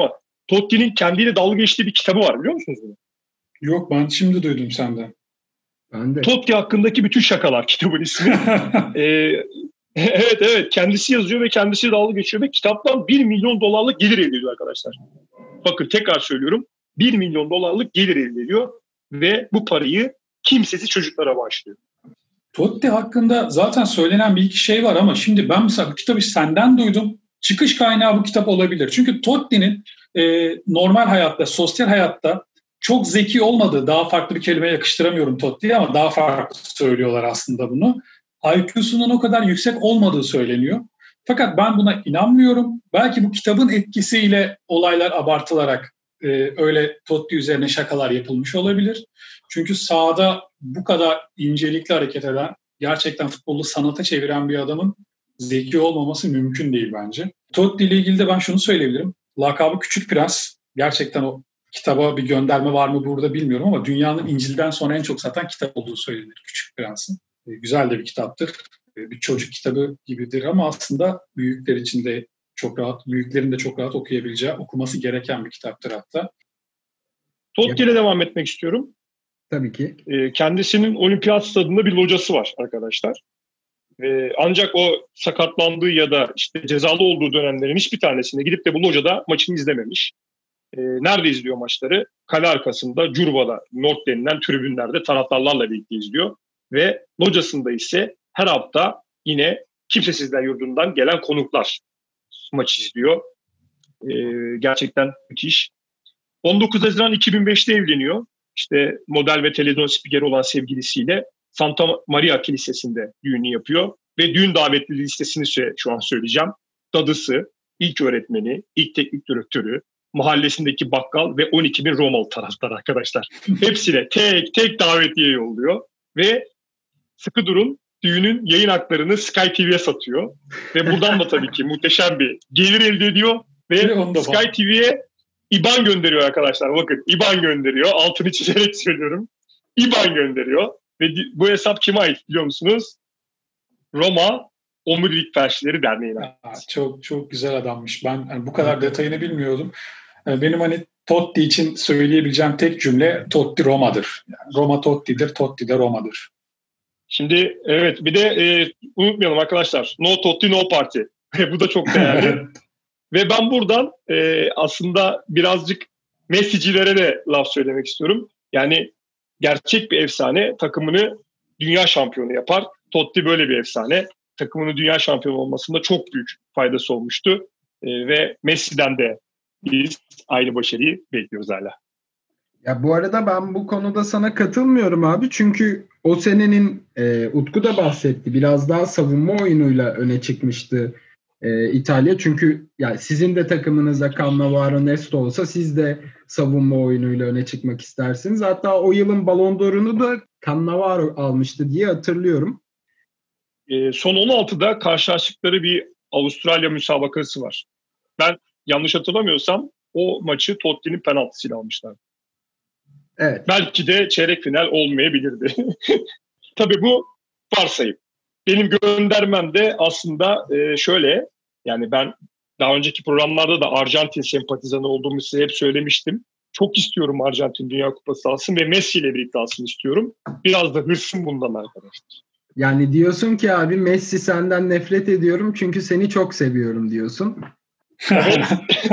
Totti'nin kendiyle dalga geçtiği bir kitabı var, biliyor musunuz bunu? Yok, ben şimdi duydum senden. Ben de. Totti hakkındaki bütün şakalar kitabın ismi. Evet, kendisi yazıyor ve kendisi dalga geçiyor ve kitaptan $1 milyon gelir elde ediyor arkadaşlar. Bakın tekrar söylüyorum, $1 milyon gelir elde ediyor ve bu parayı kimsesiz çocuklara bağışlıyor. Totti hakkında zaten söylenen bir iki şey var ama şimdi ben mesela bu kitabı senden duydum. Çıkış kaynağı bu kitap olabilir. Çünkü Totti'nin normal hayatta, sosyal hayatta çok zeki olmadığı, daha farklı bir kelime yakıştıramıyorum Totti'ye ama daha farklı söylüyorlar aslında bunu. IQ'sunun o kadar yüksek olmadığı söyleniyor. Fakat ben buna inanmıyorum. Belki bu kitabın etkisiyle olaylar abartılarak öyle Totti üzerine şakalar yapılmış olabilir. Çünkü sahada bu kadar incelikli hareket eden, gerçekten futbolu sanata çeviren bir adamın zeki olmaması mümkün değil bence. Totti ile ilgili de ben şunu söyleyebilirim. Lakabı Küçük Prens. Gerçekten o kitaba bir gönderme var mı burada bilmiyorum ama dünyanın İncil'den sonra en çok satan kitap olduğu söylenir Küçük Prens'in. Güzel de bir kitaptır. Bir çocuk kitabı gibidir ama aslında büyükler için de çok rahat, büyüklerin de çok rahat okuyabileceği, okuması gereken bir kitaptır hatta. Totti ile devam etmek istiyorum. Tabii ki. Kendisinin olimpiyat stadında bir locası var arkadaşlar. Ancak o sakatlandığı ya da işte cezalı olduğu dönemlerin hiçbir tanesinde gidip de bu locada maçını izlememiş. Nerede izliyor maçları? Kale arkasında, Curba'da, North denilen tribünlerde taraftarlarla birlikte izliyor. Ve locasında ise her hafta yine Kimsesizler Yurdu'ndan gelen konuklar maç izliyor. Gerçekten müthiş. 19 Haziran 2005'te evleniyor. İşte model ve televizyon spikeri olan sevgilisiyle Santa Maria Kilisesi'nde düğünü yapıyor. Ve düğün davetli listesini şu an söyleyeceğim. Dadısı, ilk öğretmeni, ilk teknik direktörü, mahallesindeki bakkal ve 12.000 Romalı taraftar arkadaşlar. Hepsine tek tek davetiye yolluyor. Ve sıkı durun, düğünün yayın haklarını Sky TV'ye satıyor. Ve buradan da tabii ki muhteşem bir gelir elde ediyor. Ve Sky TV'ye IBAN gönderiyor arkadaşlar. Bakın IBAN gönderiyor. Altını çizerek söylüyorum. IBAN gönderiyor. Ve bu hesap kime ait biliyor musunuz? Roma Omurilik Felçlileri Derneği'ne. Çok çok güzel adammış. Ben yani bu kadar detayını bilmiyordum. Benim hani Totti için söyleyebileceğim tek cümle Totti Roma'dır. Yani Roma Totti'dir, Totti de Roma'dır. Şimdi evet bir de unutmayalım arkadaşlar. No Totti no party. Bu da çok değerli. Ve ben buradan aslında birazcık Messi'cilere de laf söylemek istiyorum. Yani gerçek bir efsane takımını dünya şampiyonu yapar. Totti böyle bir efsane. Takımının dünya şampiyonu olmasında çok büyük faydası olmuştu. Ve Messi'den de biz aynı başarıyı bekliyoruz hala. Ya bu arada ben bu konuda sana katılmıyorum abi. Çünkü o senenin Utku da bahsetti. Biraz daha savunma oyunuyla öne çıkmıştı İtalya. Çünkü yani sizin de takımınızda Cannavaro, Nesta olsa siz de savunma oyunuyla öne çıkmak istersiniz. Hatta o yılın Ballon d'Or'unu da Cannavaro almıştı diye hatırlıyorum. Son 16'da karşılaştıkları bir Avustralya müsabakası var. Ben yanlış hatırlamıyorsam o maçı Totti'nin penaltısıyla almışlar. Evet. Belki de çeyrek final olmayabilirdi. Tabii bu varsayım. Benim göndermem de aslında şöyle, yani ben daha önceki programlarda da Arjantin sempatizanı olduğumu size hep söylemiştim. Çok istiyorum Arjantin Dünya Kupası alsın ve Messi ile birlikte alsın istiyorum. Biraz da hırsım bundan arkadaşlar. Yani diyorsun ki abi Messi senden nefret ediyorum çünkü seni çok seviyorum diyorsun. Evet.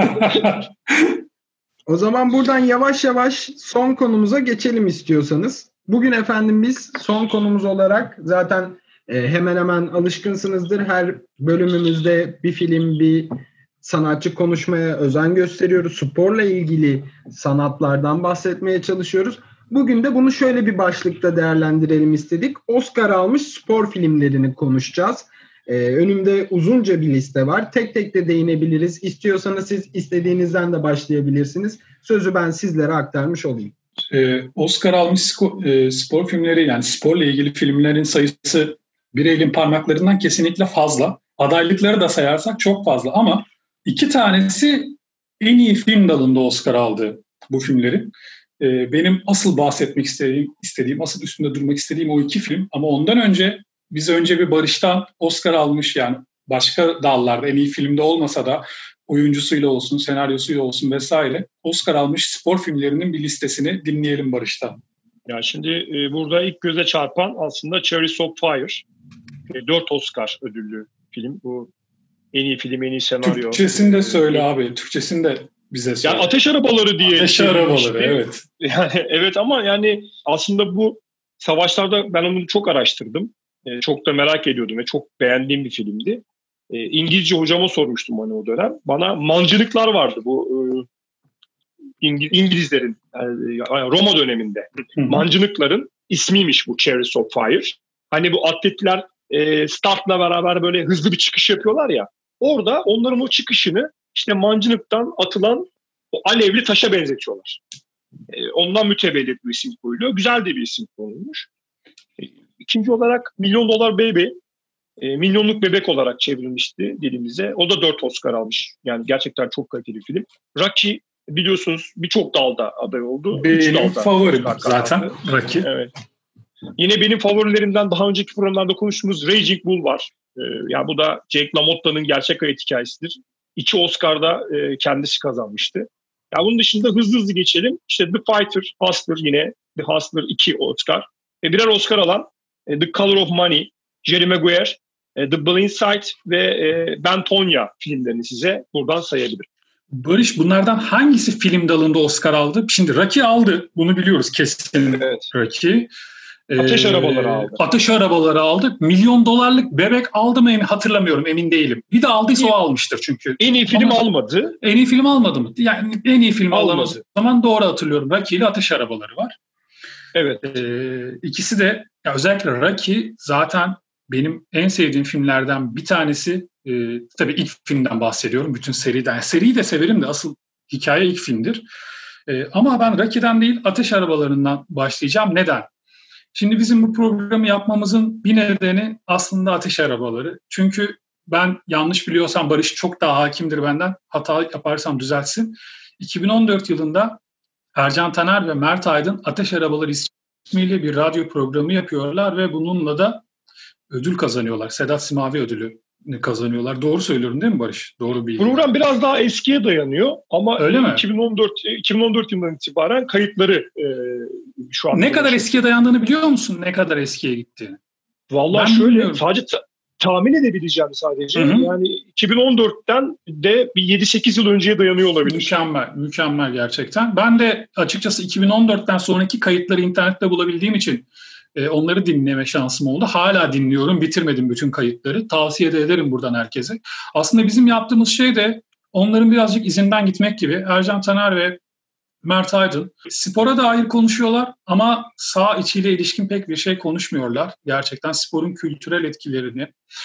O zaman buradan yavaş yavaş son konumuza geçelim istiyorsanız. Bugün efendim biz son konumuz olarak zaten hemen hemen alışkınsınızdır. Her bölümümüzde bir film, bir sanatçı konuşmaya özen gösteriyoruz. Sporla ilgili sanatlardan bahsetmeye çalışıyoruz. Bugün de bunu şöyle bir başlıkta değerlendirelim istedik. Oscar almış spor filmlerini konuşacağız. Önümde uzunca bir liste var. Tek tek de değinebiliriz. İstiyorsanız siz istediğinizden de başlayabilirsiniz. Sözü ben sizlere aktarmış olayım. Oscar almış spor filmleri, yani sporla ilgili filmlerin sayısı bir elin parmaklarından kesinlikle fazla. Adaylıkları da sayarsak çok fazla ama 2 tanesi en iyi film dalında Oscar aldı bu filmlerin. Benim asıl bahsetmek istediğim, asıl üstünde durmak istediğim o 2 film. Ama ondan önce biz bir Barış'tan Oscar almış, yani başka dallarda en iyi filmde olmasa da oyuncusuyla olsun, senaryosuyla olsun vesaire Oscar almış spor filmlerinin bir listesini dinleyelim Barış'tan. Ya şimdi burada ilk göze çarpan aslında Chariots of Fire. 4 Oscar ödüllü film. Bu en iyi film, en iyi senaryo. Türkçesini de söyle abi. Türkçesini de bize söyle. Yani Ateş Arabaları diye. Ateş Arabaları, evet. Yani, evet ama yani aslında bu savaşlarda ben onu çok araştırdım. Çok da merak ediyordum ve çok beğendiğim bir filmdi. İngilizce hocama sormuştum hani o dönem. Bana mancınıklar vardı bu İngilizlerin Roma döneminde. Mancınıkların ismiymiş bu Chariots of Fire. Hani bu atletler startla beraber böyle hızlı bir çıkış yapıyorlar ya. Orada onların o çıkışını işte mancınıktan atılan o alevli taşa benzetiyorlar. Ondan mütevellit bir isim koyuluyor. Güzel de bir isim konulmuş. İkinci olarak Million Dollar Baby. Milyonluk Bebek olarak çevrilmişti dilimize. O da 4 Oscar almış. Yani gerçekten çok kaliteli bir film. Rocky biliyorsunuz birçok dalda aday oldu. Benim favorim zaten Rocky. Evet. Yine benim favorilerimden daha önceki programlarda konuştuğumuz Raging Bull var. Yani bu da Jake LaMotta'nın gerçek hayat hikayesidir. 2 Oscar'da kendisi kazanmıştı. Ya bunun dışında hızlı geçelim. İşte The Fighter, Hustler yine. The Hustler 2 Oscar. Birer Oscar alan The Color of Money, Jerry Maguire, The Blind Side ve Ben Tonya filmlerini size buradan sayabilirim. Barış, bunlardan hangisi film dalında Oscar aldı? Şimdi Rocky aldı. Bunu biliyoruz kesin. Evet. Rocky. Ateş Arabaları aldı. Ateş Arabaları aldı. Milyon Dolarlık Bebek aldı mı hatırlamıyorum, emin değilim. Bir de aldıysa o almıştır çünkü. En iyi film almadı. En iyi film almadı mı? Yani en iyi film alan o zaman doğru hatırlıyorum. Rocky ile Ateş Arabaları var. Evet. İkisi de ya özellikle Rocky zaten benim en sevdiğim filmlerden bir tanesi. Tabii ilk filmden bahsediyorum. Bütün seriden. Yani seriyi de severim de asıl hikaye ilk filmdir. Ama ben Rocky'den değil Ateş Arabalarından başlayacağım. Neden? Şimdi bizim bu programı yapmamızın bir nedeni aslında Ateş Arabaları. Çünkü ben yanlış biliyorsam Barış çok daha hakimdir benden. Hata yaparsam düzeltsin. 2014 yılında Ercan Taner ve Mert Aydın Ateş Arabaları ismiyle bir radyo programı yapıyorlar ve bununla da ödül kazanıyorlar. Sedat Simavi ödülü kazanıyorlar. Doğru söylüyorum değil mi Barış? Doğru bilgi. Program biraz daha eskiye dayanıyor ama öyle mi? 2014 yılından itibaren kayıtları şu an. Ne kadar eskiye dayandığını biliyor musun? Ne kadar eskiye gittiğini? Vallahi ben şöyle bilmiyorum. Sadece tahmin edebileceğim sadece. Hı-hı. Yani 2014'ten de bir 7-8 yıl önceye dayanıyor olabilir. Mükemmel gerçekten. Ben de açıkçası 2014'ten sonraki kayıtları internette bulabildiğim için onları dinleme şansım oldu. Hala dinliyorum. Bitirmedim bütün kayıtları. Tavsiye de ederim buradan herkese. Aslında bizim yaptığımız şey de onların birazcık izinden gitmek gibi. Ercan Taner ve Mert Aydın spora dair konuşuyorlar ama saha içiyle ilişkin pek bir şey konuşmuyorlar. Gerçekten sporun kültürel etkilerini,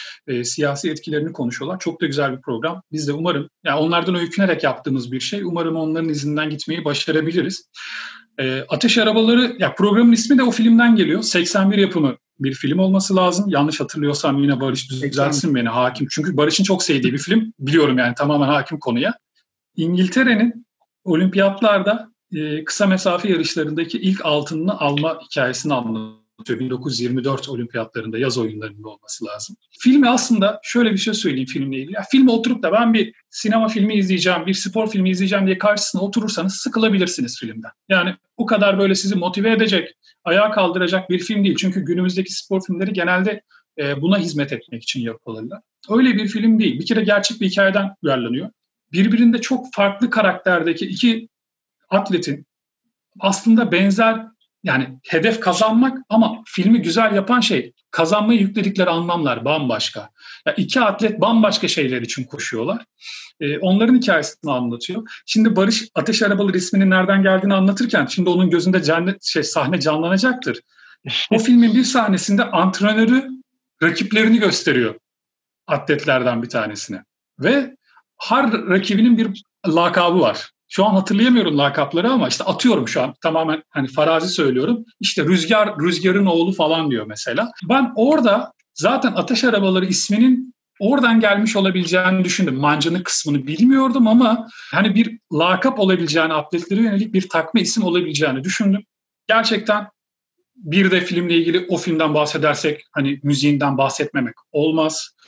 siyasi etkilerini konuşuyorlar. Çok da güzel bir program. Biz de umarım, yani onlardan öykünerek yaptığımız bir şey. Umarım onların izinden gitmeyi başarabiliriz. Ateş Arabaları, ya programın ismi de o filmden geliyor. 81 yapımı bir film olması lazım. Yanlış hatırlıyorsam yine Barış düzeltsin beni, hakim. Çünkü Barış'ın çok sevdiği bir film. Biliyorum yani, tamamen hakim konuya. İngiltere'nin olimpiyatlarda kısa mesafe yarışlarındaki ilk altınını alma hikayesini anlatıyor. 1924 olimpiyatlarında, yaz oyunlarında olması lazım. Filmi aslında şöyle bir şey söyleyeyim filmle ilgili. Ya, filme oturup da ben bir sinema filmi izleyeceğim, bir spor filmi izleyeceğim diye karşısına oturursanız sıkılabilirsiniz filmden. Yani bu kadar böyle sizi motive edecek, ayağa kaldıracak bir film değil. Çünkü günümüzdeki spor filmleri genelde buna hizmet etmek için yapılırlar. Öyle bir film değil. Bir kere gerçek bir hikayeden uyarlanıyor. Birbirinde çok farklı karakterdeki iki atletin aslında benzer, yani hedef kazanmak ama filmi güzel yapan şey kazanmayı yükledikleri anlamlar bambaşka. Yani iki atlet bambaşka şeyler için koşuyorlar. Onların hikayesini anlatıyor. Şimdi Barış Ateş Arabaları isminin nereden geldiğini anlatırken şimdi onun gözünde sahne canlanacaktır. O filmin bir sahnesinde antrenörü rakiplerini gösteriyor, atletlerden bir tanesine. Ve her rakibinin bir lakabı var. Şu an hatırlayamıyorum lakapları ama işte atıyorum şu an, tamamen hani farazi söylüyorum. İşte Rüzgar'ın oğlu falan diyor mesela. Ben orada zaten Ateş Arabaları isminin oradan gelmiş olabileceğini düşündüm. Mancınık kısmını bilmiyordum ama hani bir lakap olabileceğini, atletlere yönelik bir takma isim olabileceğini düşündüm. Gerçekten bir de filmle ilgili o filmden bahsedersek hani müziğinden bahsetmemek olmaz.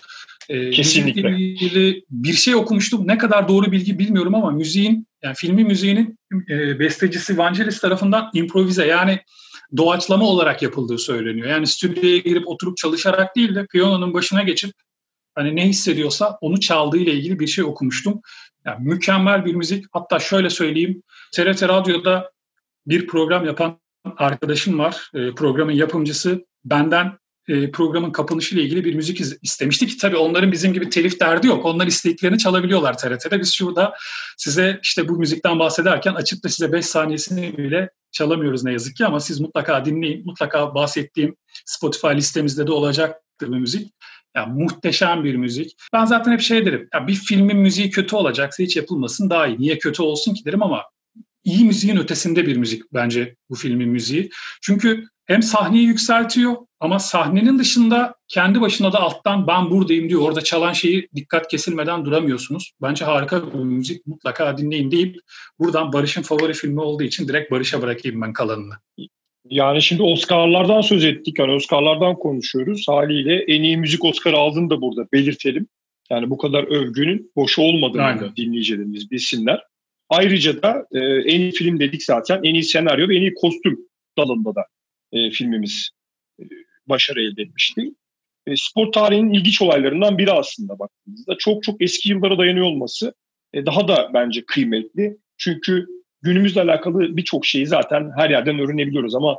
Kesinlikle. Müzikle bir şey okumuştum. Ne kadar doğru bilgi bilmiyorum ama filmin müziğinin bestecisi Vangelis tarafından improvize, yani doğaçlama olarak yapıldığı söyleniyor. Yani stüdyoya girip oturup çalışarak değil de piyanonun başına geçip hani ne hissediyorsa onu çaldığı ile ilgili bir şey okumuştum. Yani mükemmel bir müzik. Hatta şöyle söyleyeyim. TRT Radyo'da bir program yapan arkadaşım var. Programın yapımcısı benden programın kapanışı ile ilgili bir müzik istemişti ki tabii onların bizim gibi telif derdi yok. Onlar istediklerini çalabiliyorlar TRT'de. Biz şurada size işte bu müzikten bahsederken açıp da size 5 saniyesini bile çalamıyoruz ne yazık ki, ama siz mutlaka dinleyin. Mutlaka bahsettiğim Spotify listemizde de olacaktır bu müzik. Yani muhteşem bir müzik. Ben zaten hep şey derim. Ya bir filmin müziği kötü olacaksa hiç yapılmasın daha iyi. Niye kötü olsun ki derim, ama iyi müziğin ötesinde bir müzik bence bu filmin müziği. Çünkü hem sahneyi yükseltiyor ama sahnenin dışında kendi başına da alttan ben buradayım diyor. Orada çalan şeyi dikkat kesilmeden duramıyorsunuz. Bence harika bir müzik. Mutlaka dinleyin deyip buradan Barış'ın favori filmi olduğu için direkt Barış'a bırakayım ben kalanını. Yani şimdi Oscar'lardan söz ettik. Yani Oscar'lardan konuşuyoruz. Haliyle en iyi müzik Oscar'ı aldığını da burada belirtelim. Yani bu kadar övgünün boşu olmadığını da dinleyicilerimiz bilsinler. Ayrıca da en iyi film dedik zaten. En iyi senaryo ve en iyi kostüm dalında da filmimiz başarı elde etmişti. Spor tarihinin ilginç olaylarından biri aslında baktığımızda. Çok çok eski yıllara dayanıyor olması daha da bence kıymetli. Çünkü günümüzle alakalı birçok şeyi zaten her yerden öğrenebiliyoruz ama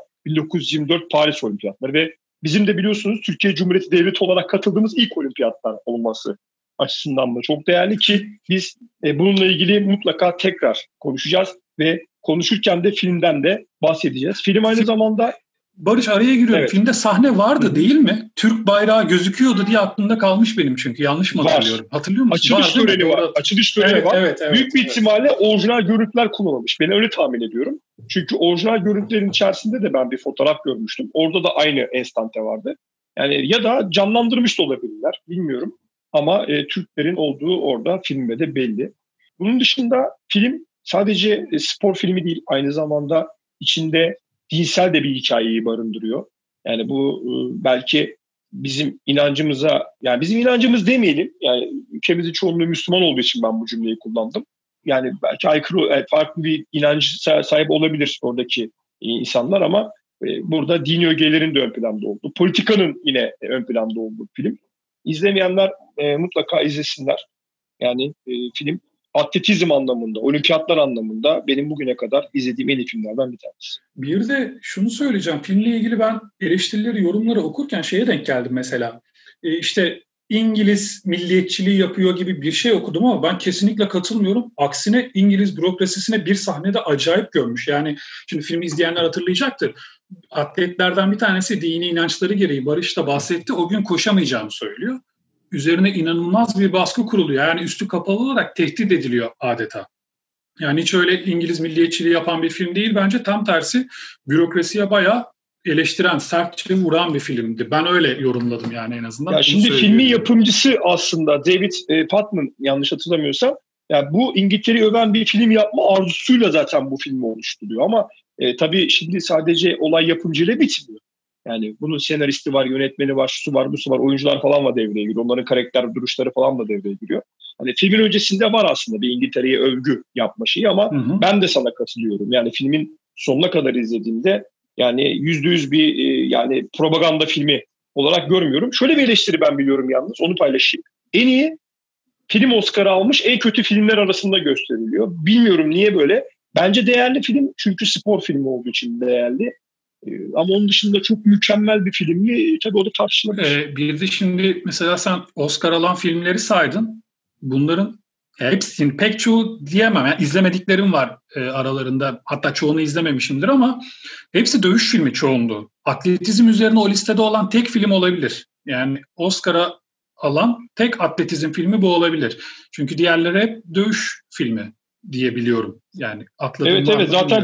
1924 Paris Olimpiyatları ve bizim de biliyorsunuz Türkiye Cumhuriyeti Devleti olarak katıldığımız ilk olimpiyatlar olması açısından da çok değerli ki biz bununla ilgili mutlaka tekrar konuşacağız ve konuşurken de filmden de bahsedeceğiz. Film aynı zamanda... Barış, araya giriyorum. Evet. Filmde sahne vardı değil mi? Türk bayrağı gözüküyordu diye aklımda kalmış benim çünkü. Yanlış mı hatırlıyorum? Hatırlıyor musun? Açılış töreni var. Açılış töreni var. Evet, büyük bir ihtimalle orijinal görüntüler kullanılmış. Ben öyle tahmin ediyorum. Çünkü orijinal görüntülerin içerisinde de ben bir fotoğraf görmüştüm. Orada da aynı enstante vardı. Yani ya da canlandırmış da olabilirler. Bilmiyorum. Ama Türklerin olduğu orada filmde de belli. Bunun dışında film sadece spor filmi değil. Aynı zamanda içinde dinsel de bir hikayeyi barındırıyor. Yani bu belki bizim inancımıza, yani bizim inancımız demeyelim. Yani ülkemizin çoğunluğu Müslüman olduğu için ben bu cümleyi kullandım. Yani belki aykırı, farklı bir inanç sahibi olabilir oradaki insanlar ama burada dini ögelerin de ön planda olduğu, politikanın yine ön planda olduğu film. İzlemeyenler mutlaka izlesinler. Yani film atletizm anlamında, olimpiyatlar anlamında benim bugüne kadar izlediğim en iyi filmlerden bir tanesi. Bir de şunu söyleyeceğim. Filmle ilgili ben eleştirileri, yorumları okurken şeye denk geldim mesela. İşte İngiliz milliyetçiliği yapıyor gibi bir şey okudum ama ben kesinlikle katılmıyorum. Aksine İngiliz bürokrasisine bir sahnede acayip gömmüş. Yani şimdi filmi izleyenler hatırlayacaktır. Atletlerden bir tanesi dini inançları gereği, Barış da bahsetti, o gün koşamayacağını söylüyor. Üzerine inanılmaz bir baskı kuruluyor. Yani üstü kapalı olarak tehdit ediliyor adeta. Yani hiç öyle İngiliz milliyetçiliği yapan bir film değil. Bence tam tersi bürokrasiye bayağı eleştiren, sertçe vuran bir filmdi. Ben öyle yorumladım yani en azından. Ya şimdi filmin yapımcısı aslında David Putman, yanlış hatırlamıyorsam. Yani bu İngiltere'yi öven bir film yapma arzusuyla zaten bu filmi oluşturuyor. Ama tabii şimdi sadece olay yapımcıyla bitmiyor. Yani bunun senaristi var, yönetmeni var, şusu var, busu var, oyuncular falan da devreye giriyor. Onların karakter duruşları falan da devreye giriyor. Hani filmin öncesinde var aslında bir İngiltere'ye övgü yapma şeyi ama ben de sana katılıyorum. Yani filmin sonuna kadar izlediğimde yani %100 bir yani propaganda filmi olarak görmüyorum. Şöyle bir eleştiri ben biliyorum yalnız, onu paylaşayım. En iyi film Oscar'ı almış en kötü filmler arasında gösteriliyor. Bilmiyorum niye böyle. Bence değerli film çünkü spor filmi olduğu için değerli. Ama onun dışında çok mükemmel bir film mi? Tabii o da tartışılabilir. Bir de şimdi mesela sen Oscar alan filmleri saydın. Bunların hepsinin pek çoğu diyemem. Yani izlemediklerim var aralarında. Hatta çoğunu izlememişimdir ama hepsi dövüş filmi çoğunluğu. Atletizm üzerine o listede olan tek film olabilir. Yani Oscar'a alan tek atletizm filmi bu olabilir. Çünkü diğerleri hep dövüş filmi diye biliyorum. Yani evet zaten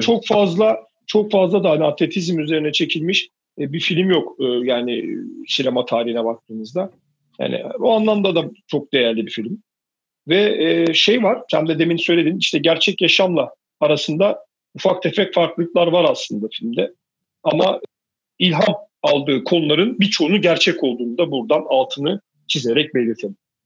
çok fazla da hani atletizm üzerine çekilmiş bir film yok yani sinema tarihine baktığımızda. Yani o anlamda da çok değerli bir film. Ve şey var, sen de demin söyledin, işte gerçek yaşamla arasında ufak tefek farklılıklar var aslında filmde. Ama ilham aldığı konuların birçoğunu gerçek olduğunu da buradan altını çizerek belirtelim.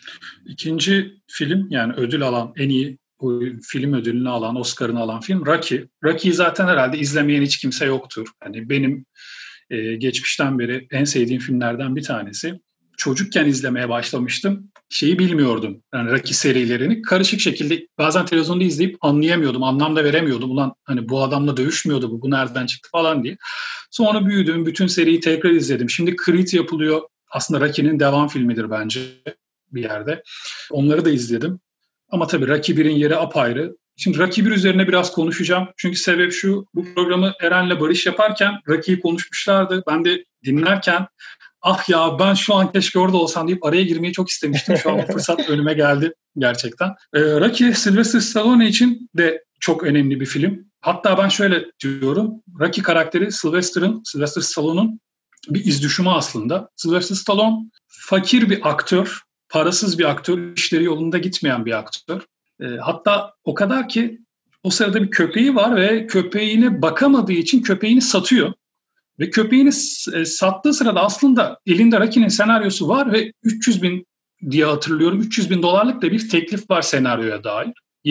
İkinci film, yani ödül alan, en iyi film ödülünü alan, Oscar'ını alan film Rocky. Rocky'yi zaten herhalde izlemeyen hiç kimse yoktur. Hani benim geçmişten beri en sevdiğim filmlerden bir tanesi. Çocukken izlemeye başlamıştım. Şeyi bilmiyordum. Yani Rocky serilerini karışık şekilde bazen televizyonda izleyip anlayamıyordum. Anlam da veremiyordum. Ulan hani bu adamla dövüşmüyordu, bu nereden çıktı falan diye. Sonra büyüdüm. Bütün seriyi tekrar izledim. Şimdi Creed yapılıyor. Aslında Rocky'nin devam filmidir bence bir yerde. Onları da izledim. Ama tabii Rocky 1'in yeri apayrı. Şimdi Rocky 1 üzerine biraz konuşacağım. Çünkü sebep şu, bu programı Eren'le Barış yaparken Rocky'yi konuşmuşlardı. Ben de dinlerken ah ya ben şu an keşke orada olsam deyip araya girmeyi çok istemiştim. Şu an o fırsat önüme geldi gerçekten. Rocky, Sylvester Stallone için de çok önemli bir film. Hatta ben şöyle diyorum, Rocky karakteri Sylvester Stallone'un bir izdüşümü aslında. Sylvester Stallone fakir bir aktör, parasız bir aktör, işleri yolunda gitmeyen bir aktör. Hatta o kadar ki o sırada bir köpeği var ve köpeğine bakamadığı için köpeğini satıyor. Ve köpeğini sattığı sırada aslında elinde Rocky'nin senaryosu var ve 300 bin diye hatırlıyorum. 300 bin dolarlık da bir teklif var senaryoya dair.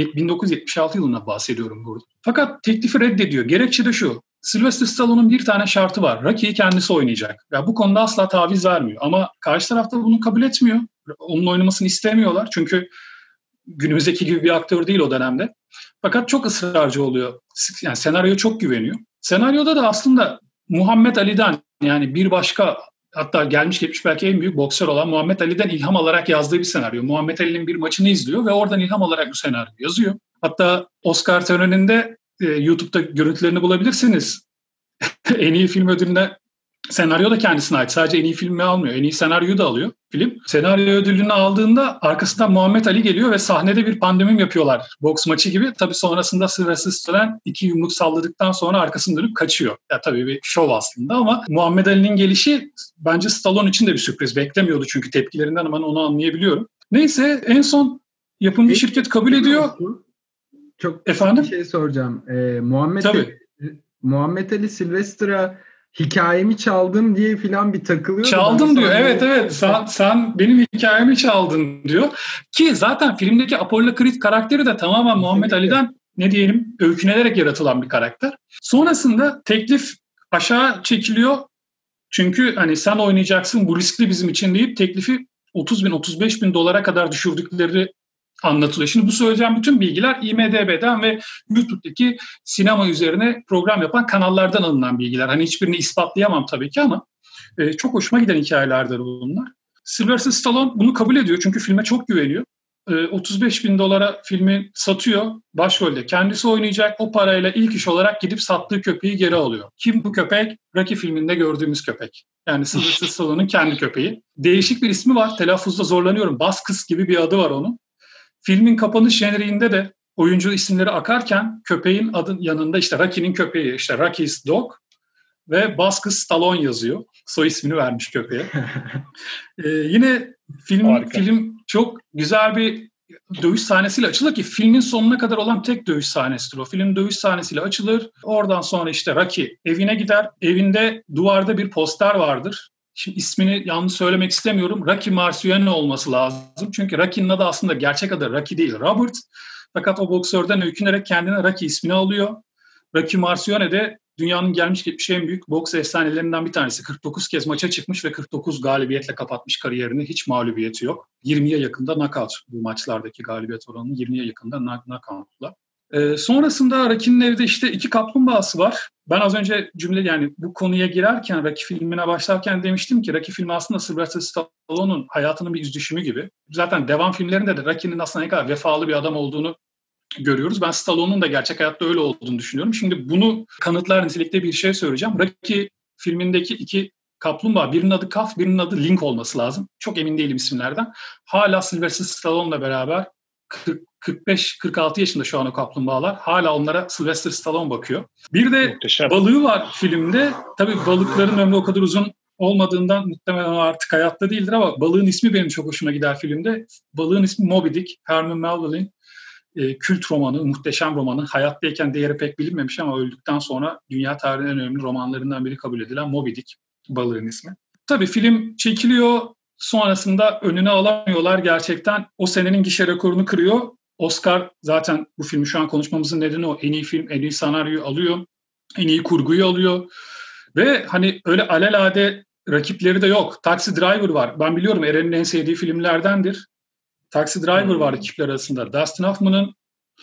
1976 yılına bahsediyorum burada. Fakat teklifi reddediyor. Gerekçe de şu. Sylvester Stallone'un bir tane şartı var. Rocky'yi kendisi oynayacak. Ya bu konuda asla taviz vermiyor. Ama karşı tarafta bunu kabul etmiyor. Onun oynamasını istemiyorlar. Çünkü günümüzdeki gibi bir aktör değil o dönemde. Fakat çok ısrarcı oluyor. Yani senaryoya çok güveniyor. Senaryoda da aslında Muhammed Ali'den, yani bir başka, hatta gelmiş geçmiş belki en büyük boksör olan Muhammed Ali'den ilham alarak yazdığı bir senaryo. Muhammed Ali'nin bir maçını izliyor ve oradan ilham alarak bu senaryo yazıyor. Hatta Oscar töreninde YouTube'da görüntülerini bulabilirsiniz. En iyi film ödülüne senaryo da kendisine ait. Sadece en iyi filmi almıyor. En iyi senaryoyu da alıyor film. Senaryo ödülünü aldığında arkasından Muhammed Ali geliyor ve sahnede bir pandemim yapıyorlar. Boks maçı gibi. Tabii sonrasında Sylvester Stallone 2 yumruk salladıktan sonra arkasını dönüp kaçıyor. Ya tabii bir şov aslında ama Muhammed Ali'nin gelişi bence Stallone için de bir sürpriz. Beklemiyordu çünkü tepkilerinden, ama onu anlayabiliyorum. Neyse en son yapımcı şirket kabul ediyor. Çok efendim? Bir şey soracağım. Muhammed Ali Sylvester'a hikayemi çaldın diye filan bir takılıyor. Çaldım diyor. Evet. Sen benim hikayemi çaldın diyor. Ki zaten filmdeki Apollo Creed karakteri de tamamen Muhammed Ali'den öykünerek yaratılan bir karakter. Sonrasında teklif aşağı çekiliyor. Çünkü hani sen oynayacaksın, bu riskli bizim için deyip teklifi 30 bin, 35 bin dolara kadar düşürdükleri anlatılıyor. Şimdi bu söyleyeceğim bütün bilgiler IMDb'den ve YouTube'daki sinema üzerine program yapan kanallardan alınan bilgiler. Hani hiçbirini ispatlayamam tabii ki ama çok hoşuma giden hikayelerdir bunlar. Sylvester Stallone bunu kabul ediyor çünkü filme çok güveniyor. 35 bin dolara filmi satıyor. Başrolde kendisi oynayacak. O parayla ilk iş olarak gidip sattığı köpeği geri alıyor. Kim bu köpek? Rocky filminde gördüğümüz köpek. Yani Sylvester Stallone'un kendi köpeği. Değişik bir ismi var. Telaffuzda zorlanıyorum. Baskus gibi bir adı var onun. Filmin kapanış jeneriğinde de oyuncu isimleri akarken köpeğin adın yanında işte Rocky'nin köpeği, işte Rocky's Dog ve Baskus Stallone yazıyor. Soy ismini vermiş köpeğe. Yine film çok güzel bir dövüş sahnesiyle açılır ki filmin sonuna kadar olan tek dövüş sahnesidir o. Film dövüş sahnesiyle açılır. Oradan sonra işte Rocky evine gider. Evinde duvarda bir poster vardır. Şimdi ismini yanlış söylemek istemiyorum. Rocky Marciano olması lazım. Çünkü Rocky'nin adı aslında gerçek adı Rocky değil, Robert. Fakat o boksörden öykünerek kendine Rocky ismini alıyor. Rocky Marciano de dünyanın gelmiş geçmiş en büyük boks efsanelerinden bir tanesi. 49 kez maça çıkmış ve 49 galibiyetle kapatmış kariyerini. Hiç mağlubiyeti yok. 20'ye yakında knockout, bu maçlardaki galibiyet oranı 20'ye yakında knockout'la. Sonrasında Rocky'nin evde işte 2 kaplumbağası var. Ben az önce yani bu konuya girerken, Rocky filmine başlarken demiştim ki Rocky filmi aslında Sylvester Stallone'un hayatının bir izdüşümü gibi. Zaten devam filmlerinde de Rocky'nin aslında ne kadar vefalı bir adam olduğunu görüyoruz. Ben Stallone'un da gerçek hayatta öyle olduğunu düşünüyorum. Şimdi bunu kanıtlar nitelikte bir şey söyleyeceğim. Rocky filmindeki 2 kaplumbağa, birinin adı Kaf, birinin adı Link olması lazım. Çok emin değilim isimlerden. Hala Sylvester Stallone'la beraber 45-46 yaşında şu an o kaplumbağalar. Hala onlara Sylvester Stallone bakıyor. Bir de muhteşem balığı var filmde. Tabii balıkların ömrü o kadar uzun olmadığından muhtemelen artık hayatta değildir ama balığın ismi benim çok hoşuma gider filmde. Balığın ismi Moby Dick. Herman Melville'in kült romanı, muhteşem romanı. Hayattayken değeri pek bilinmemiş ama öldükten sonra dünya tarihinin en önemli romanlarından biri kabul edilen Moby Dick, balığın ismi. Tabii film çekiliyor. Sonrasında önüne alamıyorlar gerçekten. O senenin gişe rekorunu kırıyor. Oscar zaten bu filmi şu an konuşmamızın nedeni o. En iyi film, en iyi senaryoyu alıyor. En iyi kurguyu alıyor. Ve hani öyle alelade rakipleri de yok. Taxi Driver var. Ben biliyorum Eren'in en sevdiği filmlerdendir. Taxi Driver var rakipler arasında. Dustin Hoffman'ın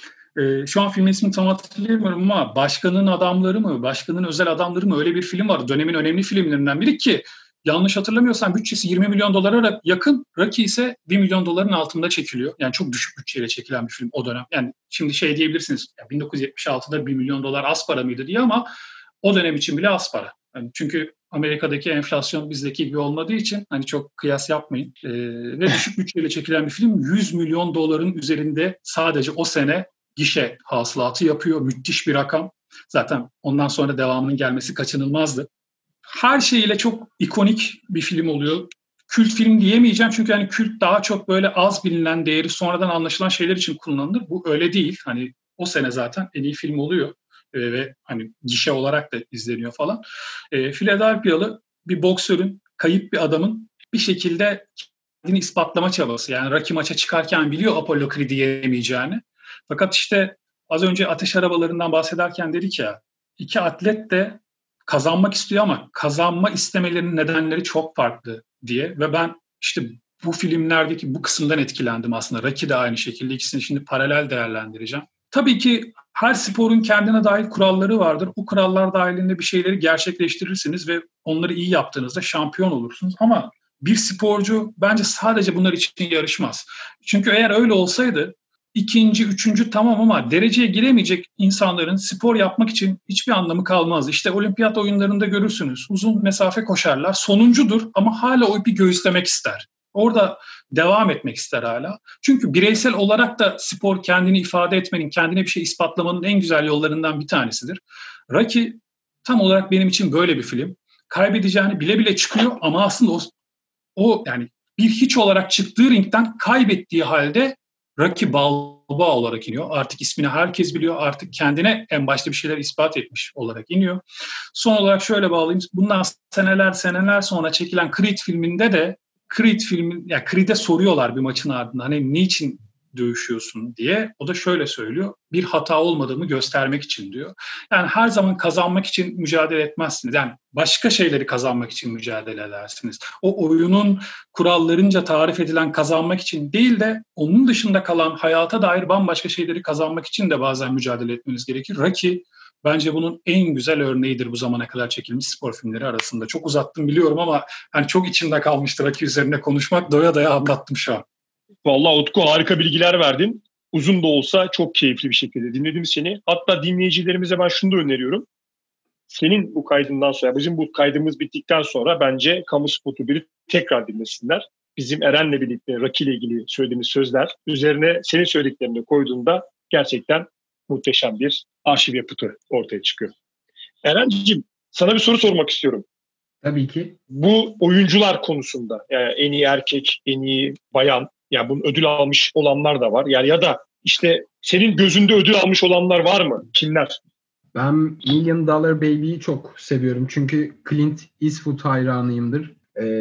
şu an filmin ismini tam hatırlayamıyorum ama Başkanın Adamları mı, Başkanın Özel Adamları mı, öyle bir film var. Dönemin önemli filmlerinden biri ki yanlış hatırlamıyorsam bütçesi 20 milyon dolara yakın. Rocky ise 1 milyon doların altında çekiliyor. Yani çok düşük bütçeyle çekilen bir film o dönem. Yani şimdi şey diyebilirsiniz, 1976'da 1 milyon dolar az para mıydı diye, ama o dönem için bile az para. Yani çünkü Amerika'daki enflasyon bizdeki gibi olmadığı için hani çok kıyas yapmayın. Ve düşük bütçeyle çekilen bir film 100 milyon doların üzerinde sadece o sene gişe hasılatı yapıyor. Müthiş bir rakam. Zaten ondan sonra devamının gelmesi kaçınılmazdı. Her şeyiyle çok ikonik bir film oluyor. Kült film diyemeyeceğim çünkü hani kült daha çok böyle az bilinen, değeri sonradan anlaşılan şeyler için kullanılır. Bu öyle değil. Hani o sene zaten en iyi film oluyor. Ve hani gişe olarak da izleniyor falan. Philadelphia'lı bir boksörün, kayıp bir adamın bir şekilde kendini ispatlama çabası. Yani Rocky maça çıkarken biliyor Apollo Creed'i yenemeyeceğini. Fakat işte az önce ateş arabalarından bahsederken dedik ya, iki atlet de kazanmak istiyor ama kazanma istemelerinin nedenleri çok farklı diye ve ben işte bu filmlerdeki bu kısımdan etkilendim aslında. Rocky de aynı şekilde, ikisini şimdi paralel değerlendireceğim. Tabii ki her sporun kendine dair kuralları vardır. O kurallar dahilinde bir şeyleri gerçekleştirirsiniz ve onları iyi yaptığınızda şampiyon olursunuz. Ama bir sporcu bence sadece bunlar için yarışmaz. Çünkü eğer öyle olsaydı ikinci, üçüncü tamam ama dereceye giremeyecek insanların spor yapmak için hiçbir anlamı kalmaz. İşte olimpiyat oyunlarında görürsünüz. Uzun mesafe koşarlar. Sonuncudur ama hala o ipi göğüslemek ister. Orada devam etmek ister hala. Çünkü bireysel olarak da spor kendini ifade etmenin, kendine bir şey ispatlamanın en güzel yollarından bir tanesidir. Rocky tam olarak benim için böyle bir film. Kaybedeceğini bile bile çıkıyor ama aslında o yani bir hiç olarak çıktığı ringden kaybettiği halde Rocky Balboa olarak iniyor. Artık ismini herkes biliyor. Artık kendine en başta bir şeyler ispat etmiş olarak iniyor. Son olarak şöyle bağlayayım. Bundan seneler sonra çekilen Creed filminde de Creed'e soruyorlar bir maçın ardından hani niçin dövüşüyorsun diye. O da şöyle söylüyor. Bir hata olmadığımı göstermek için diyor. Yani her zaman kazanmak için mücadele etmezsiniz. Yani başka şeyleri kazanmak için mücadele edersiniz. O oyunun kurallarınca tarif edilen kazanmak için değil de onun dışında kalan hayata dair bambaşka şeyleri kazanmak için de bazen mücadele etmeniz gerekir. Rocky bence bunun en güzel örneğidir bu zamana kadar çekilmiş spor filmleri arasında. Çok uzattım biliyorum ama hani çok içimde kalmıştır Rocky üzerine konuşmak. Doya doya anlattım şu an. Vallahi Utku harika bilgiler verdin. Uzun da olsa çok keyifli bir şekilde dinledim seni. Hatta dinleyicilerimize ben şunu da öneriyorum. Senin bu kaydından sonra, bizim bu kaydımız bittikten sonra bence Kamu Spotu 1'i tekrar dinlesinler. Bizim Eren'le birlikte Rocky ile ilgili söylediğimiz sözler üzerine senin söylediklerini koyduğunda gerçekten muhteşem bir arşiv yapıtı ortaya çıkıyor. Eren'ciğim sana bir soru sormak istiyorum. Tabii ki. Bu oyuncular konusunda yani en iyi erkek, en iyi bayan, yani bunun ödül almış olanlar da var. Yani ya da işte senin gözünde ödül almış olanlar var mı? Kimler? Ben Million Dollar Baby'yi çok seviyorum. Çünkü Clint Eastwood hayranıyımdır.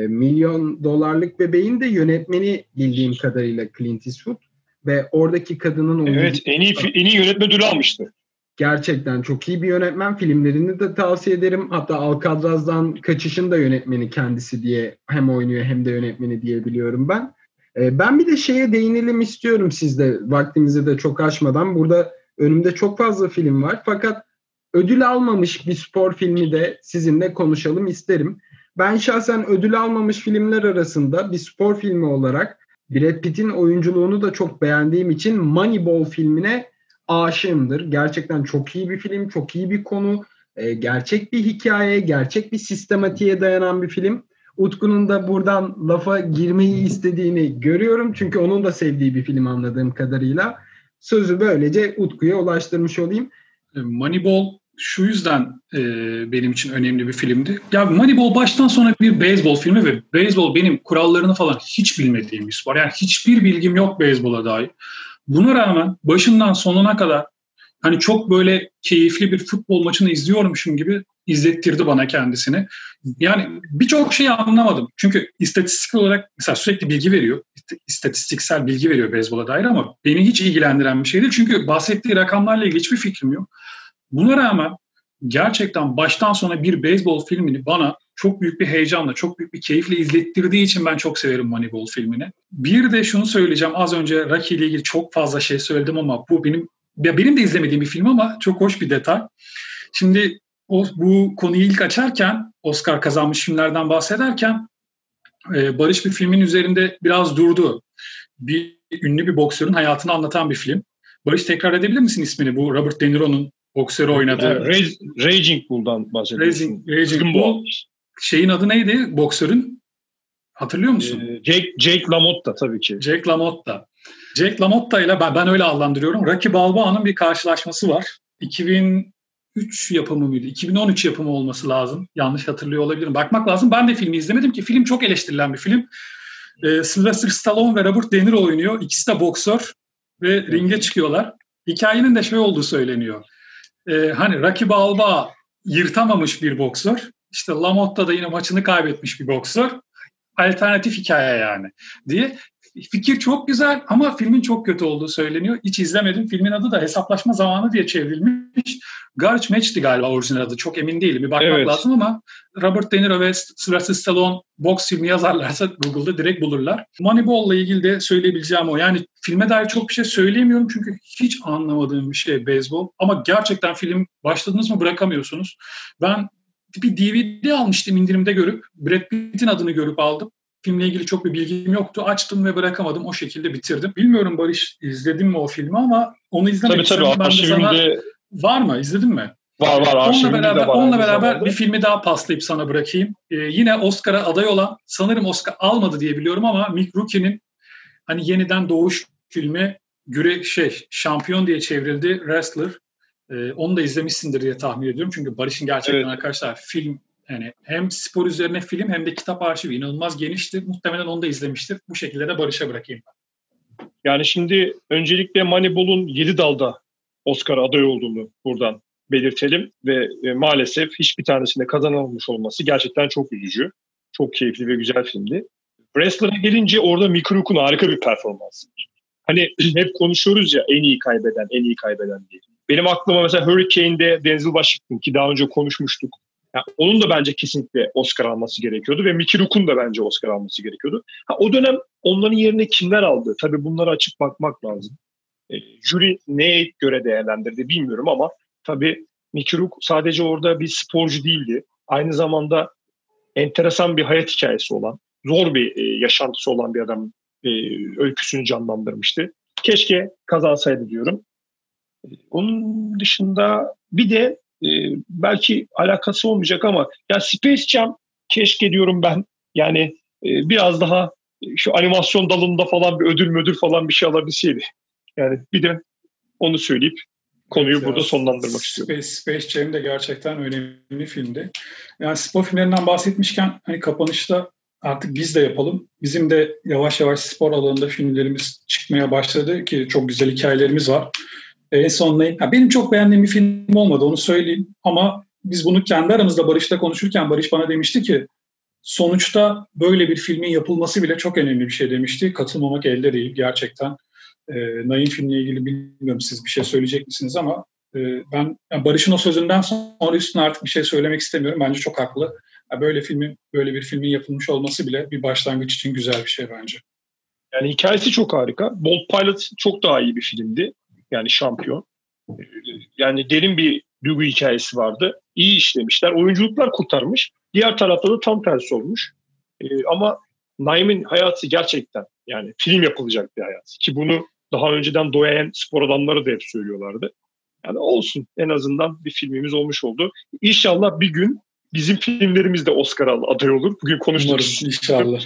Milyon Dolarlık Bebeğin de yönetmeni bildiğim kadarıyla Clint Eastwood. Ve oradaki kadının... Evet, en iyi yönetmen ödülü almıştı. Gerçekten çok iyi bir yönetmen. Filmlerini de tavsiye ederim. Hatta Alcatraz'dan Kaçış'ın da yönetmeni kendisi diye hem oynuyor hem de yönetmeni diye biliyorum ben. Ben bir de şeye değinelim istiyorum sizde. Vaktimizi de çok aşmadan. Burada önümde çok fazla film var. Fakat ödül almamış bir spor filmi de sizinle konuşalım isterim. Ben şahsen ödül almamış filmler arasında bir spor filmi olarak Brad Pitt'in oyunculuğunu da çok beğendiğim için Moneyball filmine aşığımdır. Gerçekten çok iyi bir film, çok iyi bir konu. Gerçek bir hikaye, gerçek bir sistematiğe dayanan bir film. Utku'nun da buradan lafa girmeyi istediğini görüyorum. Çünkü onun da sevdiği bir film anladığım kadarıyla. Sözü böylece Utku'ya ulaştırmış olayım. Moneyball şu yüzden benim için önemli bir filmdi. Ya Moneyball baştan sona bir beyzbol filmi ve beyzbol benim kurallarını falan hiç bilmediğim bir spor. Yani hiçbir bilgim yok beyzbola dair. Buna rağmen başından sonuna kadar hani çok böyle keyifli bir futbol maçını izliyormuşum gibi izlettirdi bana kendisini. Yani birçok şeyi anlamadım. Çünkü istatistik olarak mesela sürekli bilgi veriyor. İstatistiksel bilgi veriyor beyzbola dair ama beni hiç ilgilendiren bir şey değil. Çünkü bahsettiği rakamlarla ilgili hiçbir fikrim yok. Buna rağmen gerçekten baştan sona bir beyzbol filmini bana çok büyük bir heyecanla, çok büyük bir keyifle izlettirdiği için ben çok severim Moneyball filmini. Bir de şunu söyleyeceğim. Az önce Rocky ile ilgili çok fazla şey söyledim ama bu benim de izlemediğim bir film ama çok hoş bir detay. Şimdi bu konuyu ilk açarken, Oscar kazanmış filmlerden bahsederken Barış bir filmin üzerinde biraz durdu. Ünlü bir boksörün hayatını anlatan bir film. Barış, tekrar edebilir misin ismini? Bu Robert De Niro'nun boksörü oynadığı. Raging Bull'dan bahsediyorsun. Raging Bull. Şeyin adı neydi boksörün? Hatırlıyor musun? Jake LaMotta tabii ki. Jake LaMotta. Jake LaMotta ile ben öyle adlandırıyorum. Rocky Balboa'nın bir karşılaşması var. 2003 yapımı mıydı? 2013 yapımı olması lazım. Yanlış hatırlıyor olabilirim. Bakmak lazım. Ben de filmi izlemedim ki. Film çok eleştirilen bir film. Sylvester Stallone ve Robert De Niro oynuyor. İkisi de boksör ve ringe çıkıyorlar. Hikayenin de şey olduğu söyleniyor. Hani Rocky Balboa yırtamamış bir boksör. İşte LaMotta da yine maçını kaybetmiş bir boksör. Alternatif hikaye yani diye. Fikir çok güzel ama filmin çok kötü olduğu söyleniyor. Hiç izlemedim. Filmin adı da Hesaplaşma Zamanı diye çevrilmiş. Garage Match'ti galiba orijinal adı. Çok emin değilim. Bir bakmak lazım ama Robert De Niro ve Sylvester Stallone boks filmi yazarlarsa Google'da direkt bulurlar. Moneyball'la ilgili de söyleyebileceğim o. Yani filme dair çok bir şey söyleyemiyorum çünkü hiç anlamadığım bir şey beyzbol. Ama gerçekten film başladınız mı bırakamıyorsunuz. Ben bir DVD almıştım indirimde görüp. Brad Pitt'in adını görüp aldım. Filmle ilgili çok bir bilgim yoktu. Açtım ve bırakamadım. O şekilde bitirdim. Bilmiyorum Barış, izledin mi o filmi ama onu izlemek tabii, ben de sana... Var mı? İzledin mi? Var. Onunla beraber bir filmi daha paslayıp sana bırakayım. Yine Oscar'a aday olan, sanırım Oscar almadı diye biliyorum ama Mick Rourke'nin hani yeniden doğuş filmi şampiyon diye çevrildi. Wrestler. Onu da izlemişsindir diye tahmin ediyorum. Çünkü Barış'ın gerçekten arkadaşlar film, yani hem spor üzerine film hem de kitap arşivi inanılmaz geniştir. Muhtemelen onu da izlemiştir. Bu şekilde de Barış'a bırakayım. Yani şimdi öncelikle Moneyball'un 7 dalda Oscar aday olduğunu buradan belirtelim ve maalesef hiçbir tanesinde kazanılmamış olması gerçekten çok üzücü. Çok keyifli ve güzel filmdi. Wrestler'a gelince orada Mickey Rourke'un harika bir performansı. Hani hep konuşuyoruz ya en iyi kaybeden diye. Benim aklıma mesela Hurricane'de Denzel Washington ki daha önce konuşmuştuk. Yani onun da bence kesinlikle Oscar alması gerekiyordu ve Mickey Rourke'un da bence Oscar alması gerekiyordu. O dönem onların yerine kimler aldı? Tabii bunlara açık bakmak lazım. Jüri neye göre değerlendirdi bilmiyorum ama tabii Mickey Rourke sadece orada bir sporcu değildi. Aynı zamanda enteresan bir hayat hikayesi olan, zor bir yaşantısı olan bir adam öyküsünü canlandırmıştı. Keşke kazansaydı diyorum. Onun dışında bir de belki alakası olmayacak ama ya Space Jam keşke diyorum ben. Yani biraz daha şu animasyon dalında falan bir ödül falan bir şey alabilseydi. Yani bir de onu söyleyip konuyu burada sonlandırmak istiyorum. Space Jam de gerçekten önemli filmdi. Yani spor filmlerinden bahsetmişken hani kapanışta artık biz de yapalım. Bizim de yavaş yavaş spor alanında filmlerimiz çıkmaya başladı ki çok güzel hikayelerimiz var. En son benim çok beğendiğim bir film olmadı onu söyleyeyim ama biz bunu kendi aramızda Barış'la konuşurken Barış bana demişti ki sonuçta böyle bir filmin yapılması bile çok önemli bir şey demişti. Katılmamak elde değil gerçekten. Naim filmle ilgili bilmiyorum siz bir şey söyleyecek misiniz ama ben Barış'ın o sözünden sonra üstüne artık bir şey söylemek istemiyorum. Bence çok haklı. Böyle bir filmin yapılmış olması bile bir başlangıç için güzel bir şey bence. Yani hikayesi çok harika. Bolt Pilot çok daha iyi bir filmdi. Yani şampiyon. Yani derin bir duygu hikayesi vardı. İyi işlemişler. Oyunculuklar kurtarmış. Diğer tarafta da tam tersi olmuş. Ama Naim'in hayatı gerçekten yani film yapılacak bir hayat. Ki bunu daha önceden doyayan spor adamları da hep söylüyorlardı. Yani olsun en azından bir filmimiz olmuş oldu. İnşallah bir gün bizim filmlerimiz de Oscar aday olur. Bugün konuştuk. İnşallah.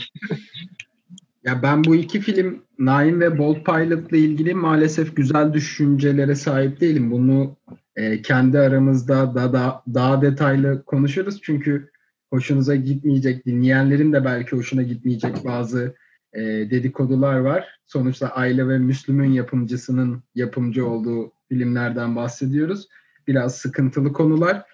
Ya ben bu iki film Naim ve Bolt Pilot'la ilgili maalesef güzel düşüncelere sahip değilim. Bunu kendi aramızda daha detaylı konuşuruz. Çünkü hoşunuza gitmeyecek, dinleyenlerin de belki hoşuna gitmeyecek bazı dedikodular var. Sonuçta Ayla ve Müslüm'ün yapımcısının yapımcı olduğu filmlerden bahsediyoruz. Biraz sıkıntılı konular.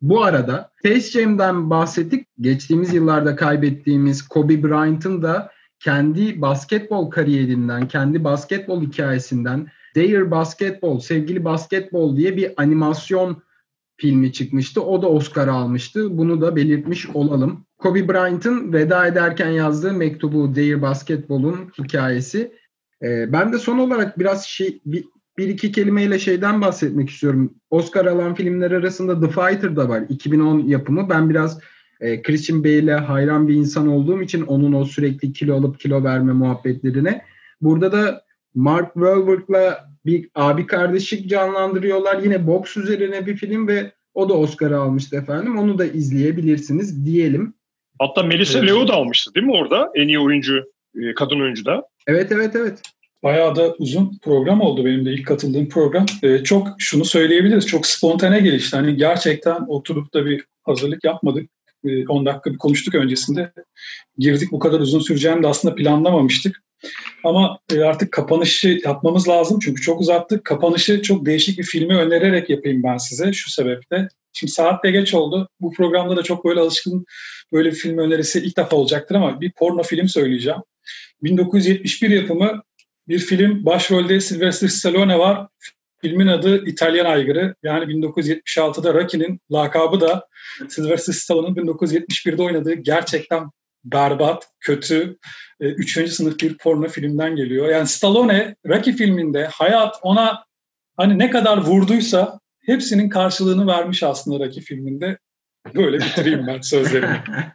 Bu arada Space Jam'den bahsettik. Geçtiğimiz yıllarda kaybettiğimiz Kobe Bryant'ın da kendi basketbol kariyerinden, kendi basketbol hikayesinden Dear Basketball, Sevgili Basketbol diye bir animasyon filmi çıkmıştı. O da Oscar almıştı. Bunu da belirtmiş olalım. Kobe Bryant'ın veda ederken yazdığı mektubu Dear Basketball'un hikayesi. Ben de son olarak biraz bir iki kelimeyle şeyden bahsetmek istiyorum. Oscar alan filmler arasında The Fighter da var. 2010 yapımı. Ben biraz Christian Bale'e hayran bir insan olduğum için onun o sürekli kilo alıp kilo verme muhabbetlerine. Burada da Mark Wahlberg'la bir abi kardeşlik canlandırıyorlar. Yine boks üzerine bir film ve o da Oscar'ı almıştı efendim. Onu da izleyebilirsiniz diyelim. Hatta Melissa Leo da almıştı değil mi orada? En iyi oyuncu, kadın oyuncu da. Evet. Bayağı da uzun program oldu benim de ilk katıldığım program. Çok şunu söyleyebiliriz. Çok spontane gelişti. Hani gerçekten oturup da bir hazırlık yapmadık. 10 dakika bir konuştuk öncesinde. Girdik, bu kadar uzun süreceğini de aslında planlamamıştık. Ama artık kapanışı yapmamız lazım çünkü çok uzattık. Kapanışı çok değişik bir filmi önererek yapayım ben size şu sebeple. Şimdi saat de geç oldu. Bu programda da çok böyle alışkın böyle bir film önerisi ilk defa olacaktır ama bir porno film söyleyeceğim. 1971 yapımı bir film. Başrolde Sylvester Stallone var. Filmin adı İtalyan Aygırı. Yani 1976'da Rocky'nin lakabı da Sylvester Stallone'un 1971'de oynadığı gerçekten berbat, kötü, 3. sınıf bir porno filmden geliyor. Yani Stallone Rocky filminde hayat ona hani ne kadar vurduysa hepsinin karşılığını vermiş aslında Rocky filminde. Böyle bitireyim ben sözlerimi.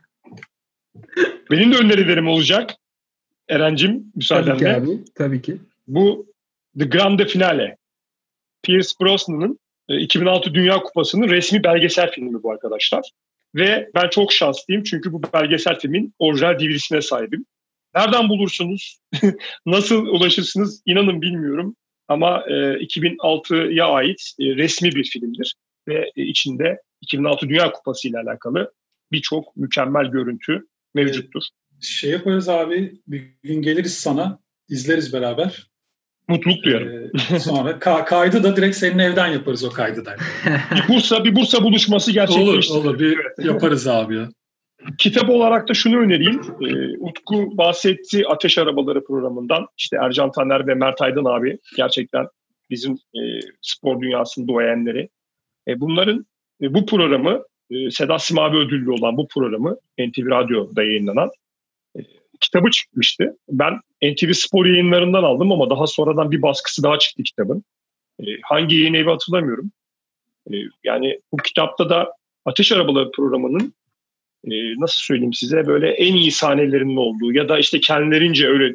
Benim de önerilerim olacak. Eren'cim müsaadenle. Tabii ki. Bu The Grande Finale. Pierce Brosnan'ın 2006 Dünya Kupası'nın resmi belgesel filmi bu arkadaşlar. Ve ben çok şanslıyım çünkü bu belgesel filmin orijinal DVD'sine sahibim. Nereden bulursunuz? Nasıl ulaşırsınız? İnanın bilmiyorum. Ama 2006'ya ait resmi bir filmdir. Ve içinde 2006 Dünya Kupası ile alakalı birçok mükemmel görüntü mevcuttur. Şey yaparız abi, bir gün geliriz sana, izleriz beraber. Mutluluk duyarım. Sonra kaydı da direkt senin evden yaparız o kaydı da. bir Bursa buluşması gerçekleşti. Olur bir yaparız abi ya. Kitap olarak da şunu önereyim. Utku bahsetti Ateş Arabaları programından. İşte Ercan Taner ve Mert Aydın abi gerçekten bizim spor dünyasının duayenleri. Bunların bu programı Sedat Simavi ödüllü olan bu programı NTV Radyo'da yayınlanan kitabı çıkmıştı. Ben NTV Spor yayınlarından aldım ama daha sonradan bir baskısı daha çıktı kitabın. Hangi yayın evi hatırlamıyorum. Yani bu kitapta da Ateş Arabaları programının nasıl söyleyeyim size böyle en iyi sahnelerinin olduğu ya da işte kendilerince öyle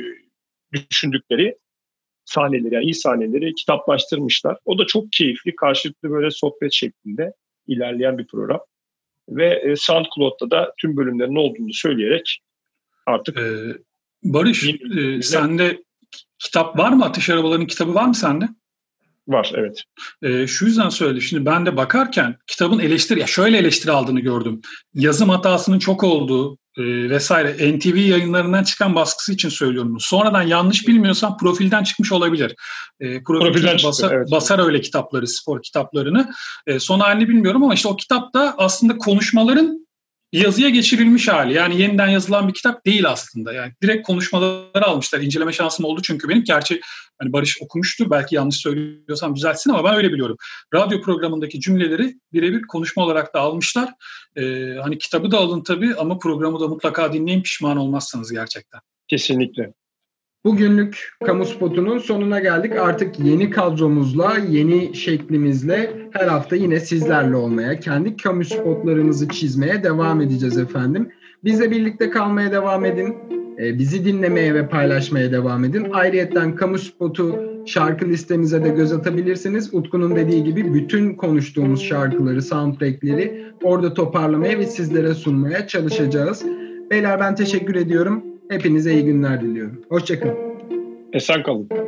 düşündükleri sahneleri, yani iyi sahneleri kitaplaştırmışlar. O da çok keyifli, karşılıklı böyle sohbet şeklinde ilerleyen bir program. Ve SoundCloud'da da tüm bölümlerin olduğunu söyleyerek artık... Barış, sende kitap var mı? Ateş Arabaları'nın kitabı var mı sende? Var, evet. Şu yüzden söyledim. Şimdi ben de bakarken kitabın şöyle eleştiri aldığını gördüm. Yazım hatasının çok olduğu vesaire. NTV yayınlarından çıkan baskısı için söylüyorum. Sonradan yanlış bilmiyorsam profilden çıkmış olabilir. Profilden basar öyle kitapları, spor kitaplarını. Son halini bilmiyorum ama işte o kitapta aslında konuşmaların yazıya geçirilmiş hali. Yani yeniden yazılan bir kitap değil aslında. Yani direkt konuşmaları almışlar. İnceleme şansım oldu çünkü benim. Gerçi hani Barış okumuştu. Belki yanlış söylüyorsam düzeltsin ama ben öyle biliyorum. Radyo programındaki cümleleri birebir konuşma olarak da almışlar. Hani kitabı da alın tabii ama programı da mutlaka dinleyin, pişman olmazsanız gerçekten. Kesinlikle. Bugünlük kamu spotunun sonuna geldik. Artık yeni kadromuzla, yeni şeklimizle her hafta yine sizlerle olmaya, kendi kamu spotlarımızı çizmeye devam edeceğiz efendim. Bizle birlikte kalmaya devam edin. Bizi dinlemeye ve paylaşmaya devam edin. Ayrıyeten kamu spotu şarkı listemize de göz atabilirsiniz. Utku'nun dediği gibi bütün konuştuğumuz şarkıları, soundtrackleri orada toparlamaya ve sizlere sunmaya çalışacağız. Beyler ben teşekkür ediyorum. Hepinize iyi günler diliyorum. Hoşça kalın. Esen kalın.